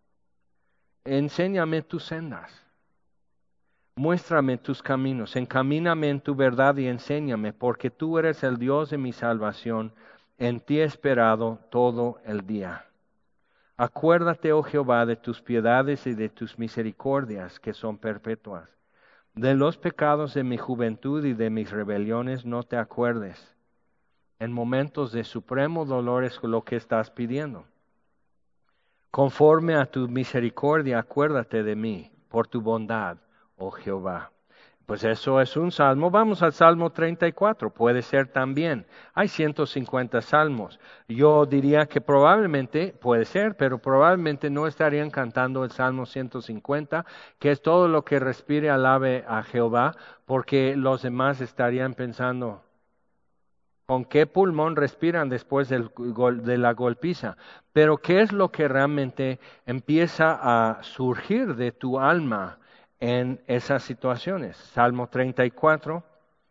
enséñame tus sendas. Muéstrame tus caminos, encamíname en tu verdad y enséñame, porque tú eres el Dios de mi salvación, en ti he esperado todo el día. Acuérdate, oh Jehová, de tus piedades y de tus misericordias, que son perpetuas. De los pecados de mi juventud y de mis rebeliones no te acuerdes. En momentos de supremo dolor es lo que estás pidiendo. Conforme a tu misericordia, acuérdate de mí, por tu bondad, oh Jehová. Pues eso es un salmo. Vamos al Salmo 34. Puede ser también. Hay 150 salmos. Yo diría que probablemente, puede ser, pero probablemente no estarían cantando el Salmo 150, que es todo lo que respire alabe a Jehová, porque los demás estarían pensando, ¿con qué pulmón respiran después de la golpiza? Pero ¿qué es lo que realmente empieza a surgir de tu alma en esas situaciones? Salmo 34.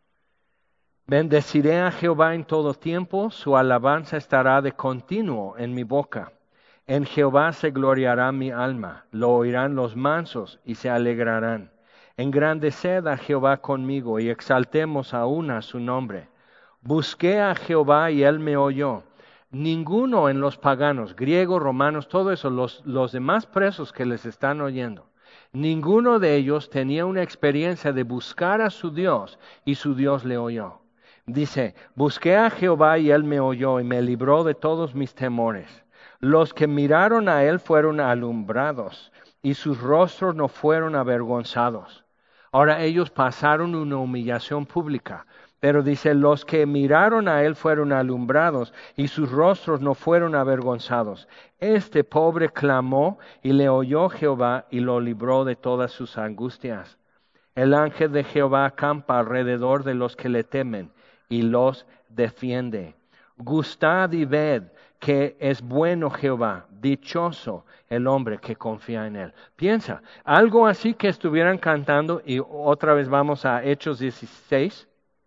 Bendeciré a Jehová en todo tiempo, su alabanza estará de continuo en mi boca. En Jehová se gloriará mi alma, lo oirán los mansos y se alegrarán. Engrandeced a Jehová conmigo y exaltemos aún a su nombre. Busqué a Jehová y él me oyó. Ninguno en los paganos, griegos, romanos, todo eso, los demás presos que les están oyendo, ninguno de ellos tenía una experiencia de buscar a su Dios y su Dios le oyó. Dice, busqué a Jehová y él me oyó y me libró de todos mis temores. Los que miraron a él fueron alumbrados y sus rostros no fueron avergonzados. Ahora ellos pasaron una humillación pública. Pero dice, los que miraron a él fueron alumbrados y sus rostros no fueron avergonzados. Este pobre clamó y le oyó Jehová y lo libró de todas sus angustias. El ángel de Jehová acampa alrededor de los que le temen y los defiende. Gustad y ved que es bueno Jehová, dichoso el hombre que confía en él. Piensa, algo así que estuvieran cantando, y otra vez vamos a Hechos 16.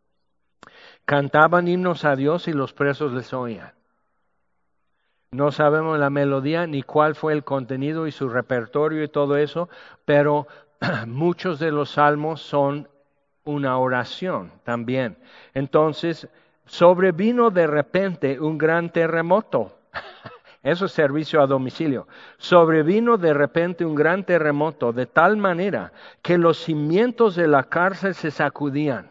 Cantaban himnos a Dios y los presos les oían. No sabemos la melodía ni cuál fue el contenido y su repertorio y todo eso, pero muchos de los salmos son una oración también. Entonces, sobrevino de repente un gran terremoto. Eso es servicio a domicilio. Sobrevino de repente un gran terremoto de tal manera que los cimientos de la cárcel se sacudían.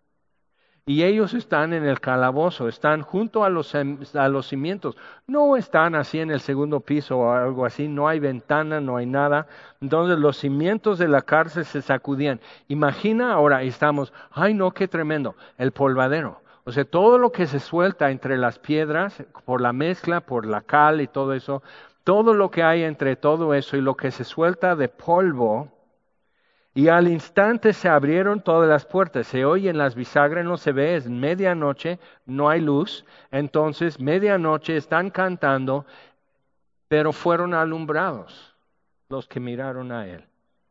Y ellos están en el calabozo, están junto a los cimientos. No están así en el segundo piso o algo así, no hay ventana, no hay nada. Entonces los cimientos de la cárcel se sacudían. Imagina ahora, estamos, ay no, qué tremendo, el polvadero. O sea, todo lo que se suelta entre las piedras, por la mezcla, por la cal y todo eso, todo lo que hay entre todo eso y lo que se suelta de polvo. Y al instante se abrieron todas las puertas, se oyen las bisagras, no se ve, es medianoche, no hay luz, entonces medianoche están cantando, pero fueron alumbrados los que miraron a él.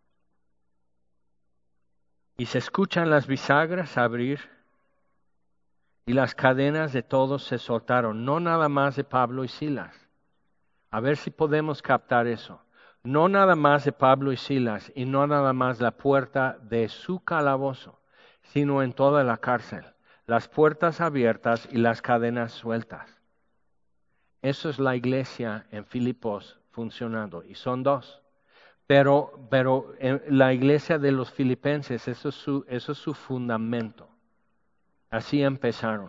Y se escuchan las bisagras abrir y las cadenas de todos se soltaron, no nada más de Pablo y Silas. A ver si podemos captar eso. no nada más de Pablo y Silas, y no nada más la puerta de su calabozo, sino en toda la cárcel, las puertas abiertas y las cadenas sueltas. Eso es la iglesia en Filipos funcionando, y son dos. Pero en la iglesia de los filipenses, eso es su fundamento. Así empezaron.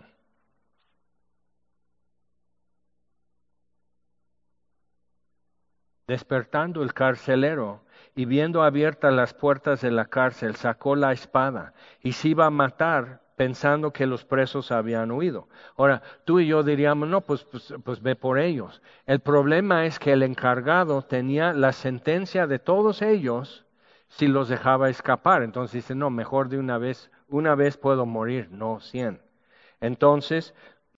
Despertando el carcelero y viendo abiertas las puertas de la cárcel, sacó la espada y se iba a matar pensando que los presos habían huido. Ahora, tú y yo diríamos, no, pues ve por ellos. El problema es que el encargado tenía la sentencia de todos ellos si los dejaba escapar. Entonces dice, no, mejor de una vez puedo morir, no 100. Entonces,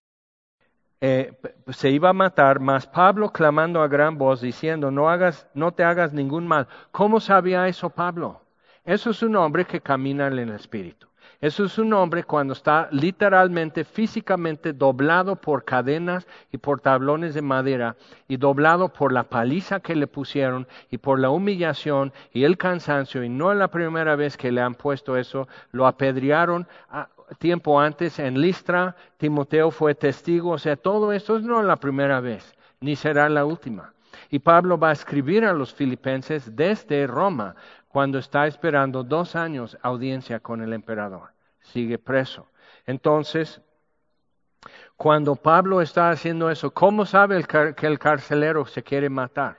se iba a matar, mas Pablo clamando a gran voz diciendo, no te hagas ningún mal. ¿Cómo sabía eso Pablo? Eso es un hombre que camina en el Espíritu. Eso es un hombre cuando está literalmente, físicamente doblado por cadenas y por tablones de madera y doblado por la paliza que le pusieron y por la humillación y el cansancio. Y no es la primera vez que le han puesto eso, lo apedrearon tiempo antes en Listra, Timoteo fue testigo, o sea, todo esto no es la primera vez, ni será la última. Y Pablo va a escribir a los filipenses desde Roma, cuando está esperando 2 años audiencia con el emperador. Sigue preso. Entonces, cuando Pablo está haciendo eso, ¿cómo sabe que el carcelero se quiere matar?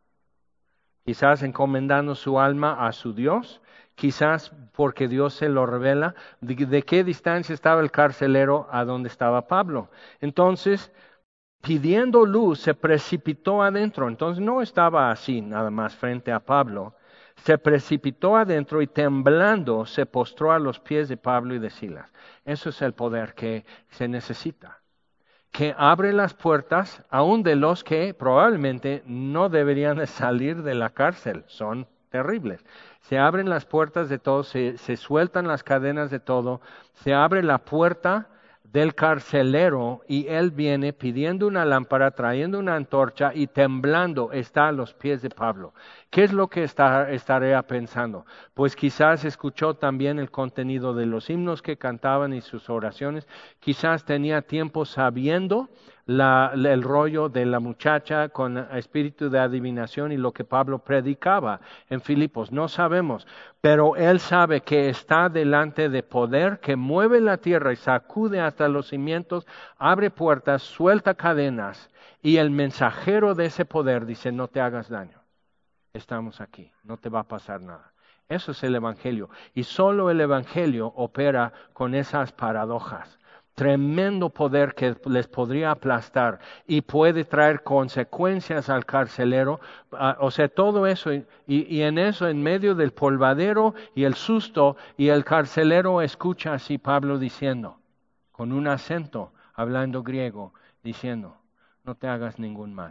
Quizás encomendando su alma a su Dios, quizás porque Dios se lo revela. ¿De qué distancia estaba el carcelero a donde estaba Pablo? Entonces, pidiendo luz, se precipitó adentro. Entonces no estaba así nada más frente a Pablo. Se precipitó adentro y temblando se postró a los pies de Pablo y de Silas. Eso es el poder que se necesita. Que abre las puertas aún de los que probablemente no deberían de salir de la cárcel. Son terribles. Se abren las puertas de todo, se sueltan las cadenas de todo, se abre la puerta del carcelero y él viene pidiendo una lámpara, trayendo una antorcha y temblando está a los pies de Pablo. ¿Qué es lo que estaría pensando? Pues quizás escuchó también el contenido de los himnos que cantaban y sus oraciones, quizás tenía tiempo sabiendo el rollo de la muchacha con espíritu de adivinación y lo que Pablo predicaba en Filipos. No sabemos, pero él sabe que está delante de poder que mueve la tierra y sacude hasta los cimientos, abre puertas, suelta cadenas y el mensajero de ese poder dice, no te hagas daño, estamos aquí, no te va a pasar nada. Eso es el Evangelio y solo el Evangelio opera con esas paradojas. Tremendo poder que les podría aplastar y puede traer consecuencias al carcelero. O sea, todo eso y en eso, en medio del polvadero y el susto, y el carcelero escucha así Pablo diciendo, con un acento, hablando griego, diciendo, no te hagas ningún mal,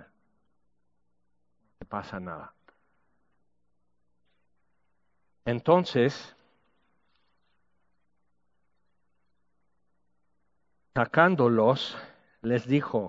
no te pasa nada. Entonces, sacándolos, les dijo,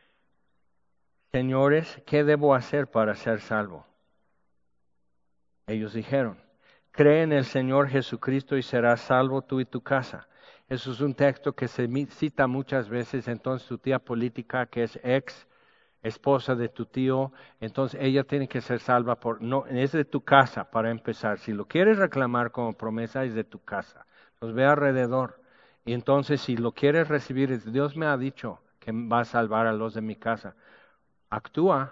señores, ¿qué debo hacer para ser salvo? Ellos dijeron, cree en el Señor Jesucristo y serás salvo tú y tu casa. Eso es un texto que se cita muchas veces. Entonces tu tía política, que es ex esposa de tu tío, entonces ella tiene que ser salva es de tu casa para empezar. Si lo quieres reclamar como promesa, es de tu casa. Entonces ve alrededor. Y entonces si lo quieres recibir, Dios me ha dicho que va a salvar a los de mi casa. Actúa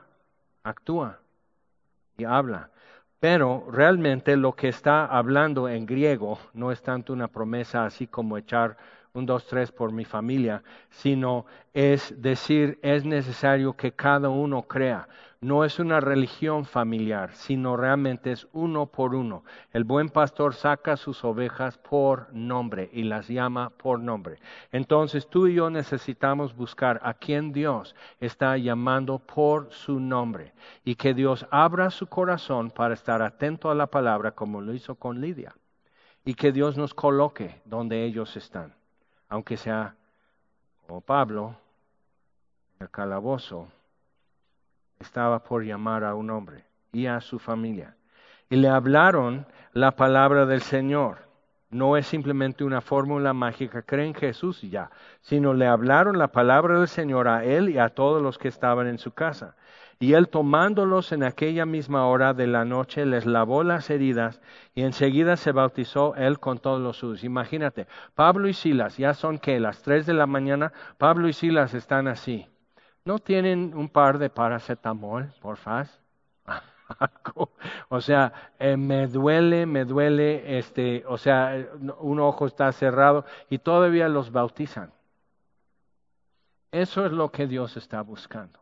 y habla. Pero realmente lo que está hablando en griego no es tanto una promesa así como echar 1, 2, 3 por mi familia, sino es decir, es necesario que cada uno crea. No es una religión familiar, sino realmente es uno por uno. El buen pastor saca sus ovejas por nombre y las llama por nombre. Entonces tú y yo necesitamos buscar a quien Dios está llamando por su nombre y que Dios abra su corazón para estar atento a la palabra como lo hizo con Lidia y que Dios nos coloque donde ellos están, aunque sea como Pablo, en el calabozo, estaba por llamar a un hombre y a su familia. Y le hablaron la palabra del Señor. No es simplemente una fórmula mágica, creen en Jesús y ya, sino le hablaron la palabra del Señor a él y a todos los que estaban en su casa. Y él tomándolos en aquella misma hora de la noche, les lavó las heridas y enseguida se bautizó él con todos los suyos. Imagínate, Pablo y Silas, ya son que las 3 de la mañana, Pablo y Silas están así. ¿No tienen un par de paracetamol, por favor? O sea, me duele, o sea, un ojo está cerrado y todavía los bautizan. Eso es lo que Dios está buscando.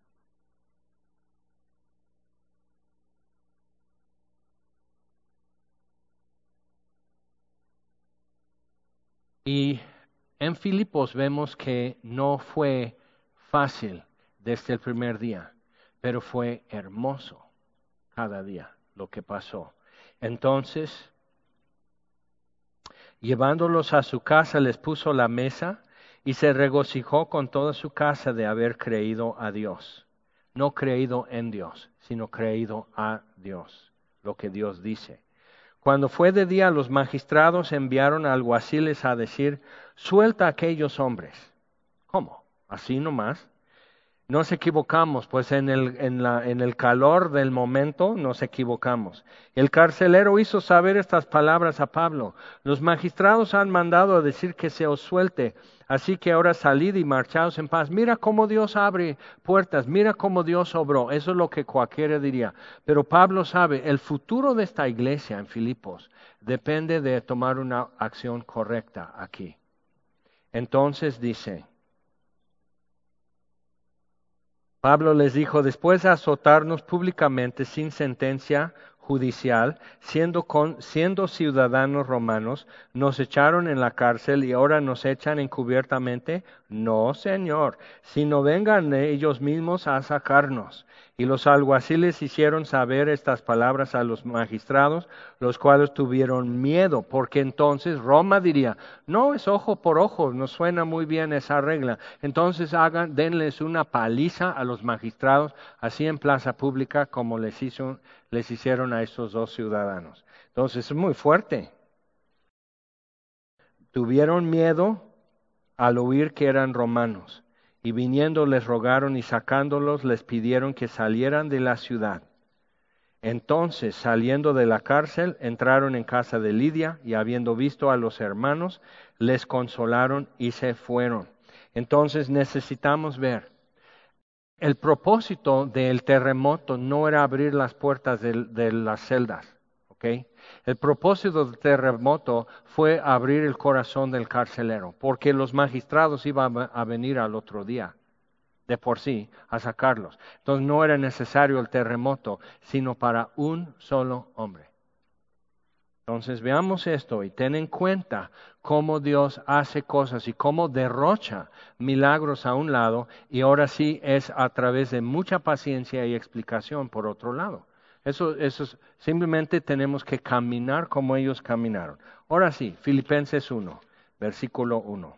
Y en Filipos vemos que no fue fácil desde el primer día, pero fue hermoso cada día lo que pasó. Entonces, llevándolos a su casa, les puso la mesa y se regocijó con toda su casa de haber creído a Dios. No creído en Dios, sino creído a Dios, lo que Dios dice. Cuando fue de día, los magistrados enviaron a alguaciles a decir, suelta a aquellos hombres. ¿Cómo? ¿Así nomás? Nos equivocamos, pues en el calor del momento nos equivocamos. El carcelero hizo saber estas palabras a Pablo. Los magistrados han mandado a decir que se os suelte, así que ahora salid y marchaos en paz. Mira cómo Dios abre puertas, mira cómo Dios obró. Eso es lo que cualquiera diría. Pero Pablo sabe, el futuro de esta iglesia en Filipos depende de tomar una acción correcta aquí. Entonces dice, Pablo les dijo, después de azotarnos públicamente sin sentencia judicial, siendo ciudadanos romanos, nos echaron en la cárcel y ahora nos echan encubiertamente. No, Señor, sino vengan ellos mismos a sacarnos. Y los alguaciles hicieron saber estas palabras a los magistrados, los cuales tuvieron miedo, porque entonces Roma diría, no es ojo por ojo, nos suena muy bien esa regla. Entonces denles una paliza a los magistrados, así en plaza pública como les hicieron a estos dos ciudadanos. Entonces es muy fuerte. Tuvieron miedo al oír que eran romanos. Y viniendo les rogaron y sacándolos les pidieron que salieran de la ciudad. Entonces, saliendo de la cárcel, entraron en casa de Lidia y habiendo visto a los hermanos, les consolaron y se fueron. Entonces necesitamos ver, el propósito del terremoto no era abrir las puertas de las celdas, ¿ok? El propósito del terremoto fue abrir el corazón del carcelero, porque los magistrados iban a venir al otro día, de por sí, a sacarlos. Entonces no era necesario el terremoto, sino para un solo hombre. Entonces veamos esto y ten en cuenta cómo Dios hace cosas y cómo derrocha milagros a un lado y ahora sí es a través de mucha paciencia y explicación por otro lado. Eso simplemente tenemos que caminar como ellos caminaron. Ahora sí, Filipenses 1, versículo 1.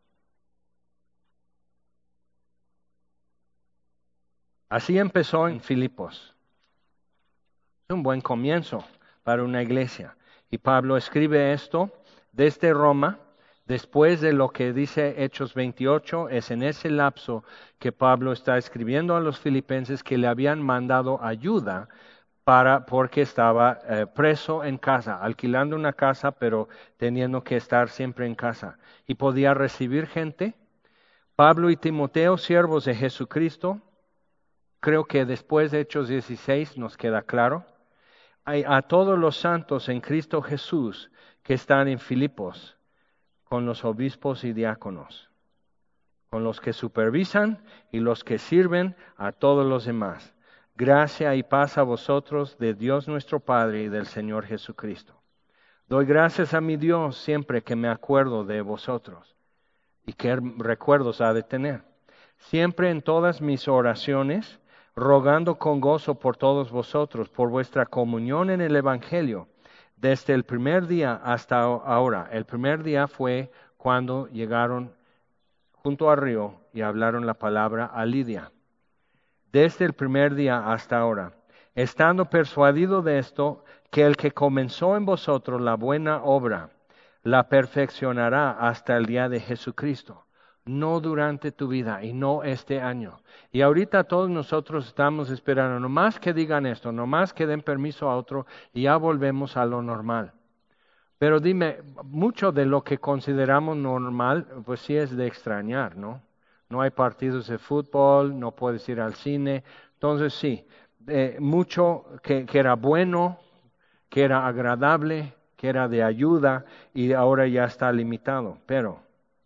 Así empezó en Filipos. Es un buen comienzo para una iglesia. Y Pablo escribe esto desde Roma, después de lo que dice Hechos 28, es en ese lapso que Pablo está escribiendo a los filipenses que le habían mandado ayuda porque estaba preso en casa, alquilando una casa, pero teniendo que estar siempre en casa. Y podía recibir gente. Pablo y Timoteo, siervos de Jesucristo, creo que después de Hechos 16 nos queda claro. A todos los santos en Cristo Jesús que están en Filipos, con los obispos y diáconos, con los que supervisan y los que sirven a todos los demás. Gracia y paz a vosotros de Dios nuestro Padre y del Señor Jesucristo. Doy gracias a mi Dios siempre que me acuerdo de vosotros. ¿Y qué recuerdos ha de tener? Siempre en todas mis oraciones, rogando con gozo por todos vosotros, por vuestra comunión en el Evangelio, desde el primer día hasta ahora. El primer día fue cuando llegaron junto al río y hablaron la palabra a Lidia. Desde el primer día hasta ahora, estando persuadido de esto, que el que comenzó en vosotros la buena obra, la perfeccionará hasta el día de Jesucristo. No durante tu vida y no este año. Y ahorita todos nosotros estamos esperando, nomás que digan esto, nomás que den permiso a otro y ya volvemos a lo normal. Pero dime, mucho de lo que consideramos normal, pues sí es de extrañar, ¿no? No hay partidos de fútbol, no puedes ir al cine. Entonces sí, mucho que era bueno, que era agradable, que era de ayuda y ahora ya está limitado. Pero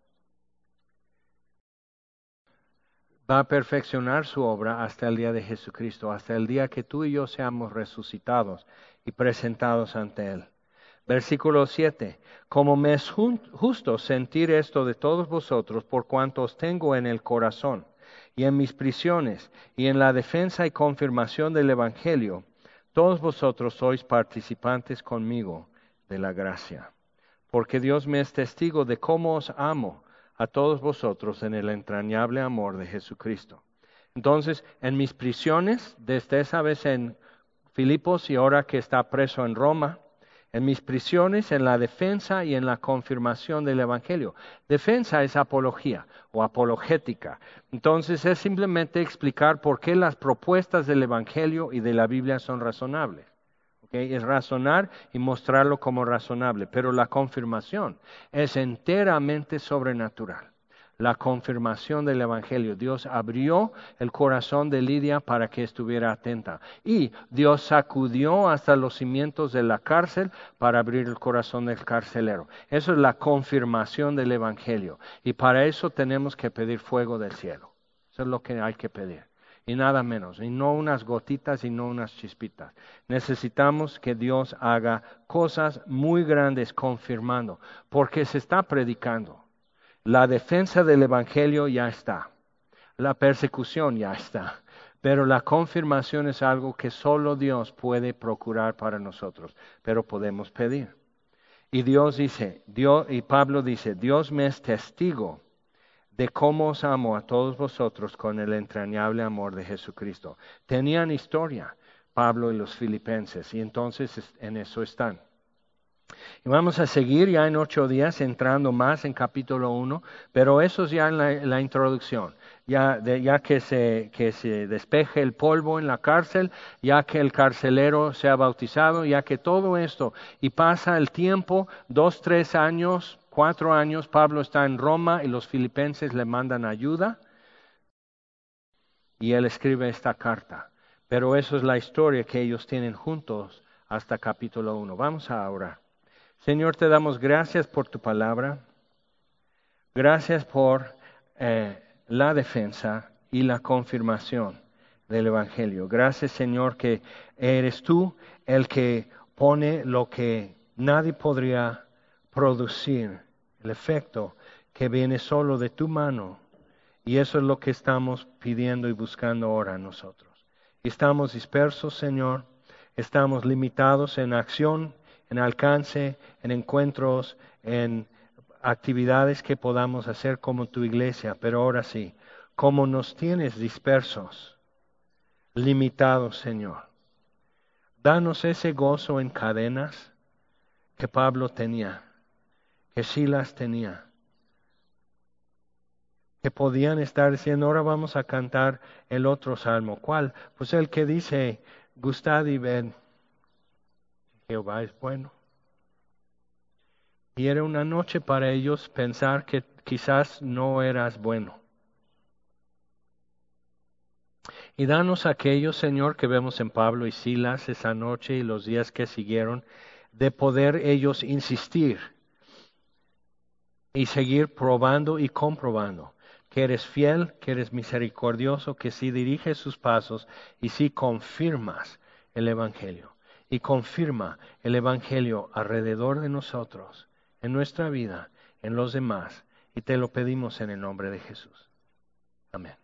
va a perfeccionar su obra hasta el día de Jesucristo, hasta el día que tú y yo seamos resucitados y presentados ante Él. Versículo 7. Como me es justo sentir esto de todos vosotros, por cuanto os tengo en el corazón, y en mis prisiones, y en la defensa y confirmación del Evangelio, todos vosotros sois participantes conmigo de la gracia. Porque Dios me es testigo de cómo os amo a todos vosotros en el entrañable amor de Jesucristo. Entonces, en mis prisiones, desde esa vez en Filipos y ahora que está preso en Roma, en mis prisiones, en la defensa y en la confirmación del Evangelio. Defensa es apología o apologética. Entonces es simplemente explicar por qué las propuestas del Evangelio y de la Biblia son razonables. ¿Okay? Es razonar y mostrarlo como razonable. Pero la confirmación es enteramente sobrenatural. La confirmación del Evangelio. Dios abrió el corazón de Lidia para que estuviera atenta. Y Dios sacudió hasta los cimientos de la cárcel para abrir el corazón del carcelero. Eso es la confirmación del Evangelio. Y para eso tenemos que pedir fuego del cielo. Eso es lo que hay que pedir. Y nada menos. Y no unas gotitas y no unas chispitas. Necesitamos que Dios haga cosas muy grandes confirmando. Porque se está predicando. La defensa del Evangelio ya está. La persecución ya está. Pero la confirmación es algo que solo Dios puede procurar para nosotros. Pero podemos pedir. Y Dios dice, y Pablo dice, Dios me es testigo de cómo os amo a todos vosotros con el entrañable amor de Jesucristo. Tenían historia, Pablo y los filipenses, y entonces en eso están. Y vamos a seguir ya en 8 días entrando más en capítulo 1, pero eso es ya en la introducción. Ya que se despeje el polvo en la cárcel, ya que el carcelero sea bautizado, ya que todo esto, y pasa el tiempo, 2, 3 años, 4 años, Pablo está en Roma y los filipenses le mandan ayuda, y él escribe esta carta. Pero eso es la historia que ellos tienen juntos hasta capítulo 1. Vamos a orar. Señor, te damos gracias por tu palabra, gracias por la defensa y la confirmación del Evangelio. Gracias, Señor, que eres tú el que pone lo que nadie podría producir, el efecto que viene solo de tu mano. Y eso es lo que estamos pidiendo y buscando ahora nosotros. Estamos dispersos, Señor, estamos limitados en acción, en alcance, en encuentros, en actividades que podamos hacer como tu iglesia, pero ahora sí, como nos tienes dispersos, limitados, Señor, danos ese gozo en cadenas que Pablo tenía, que Silas tenía, que podían estar diciendo, ahora vamos a cantar el otro salmo. ¿Cuál? Pues el que dice, gustad y ved, Jehová es bueno. Y era una noche para ellos pensar que quizás no eras bueno. Y danos aquello, Señor, que vemos en Pablo y Silas esa noche y los días que siguieron, de poder ellos insistir y seguir probando y comprobando que eres fiel, que eres misericordioso, que sí diriges sus pasos y sí confirmas el Evangelio. Y confirma el Evangelio alrededor de nosotros, en nuestra vida, en los demás. Y te lo pedimos en el nombre de Jesús. Amén.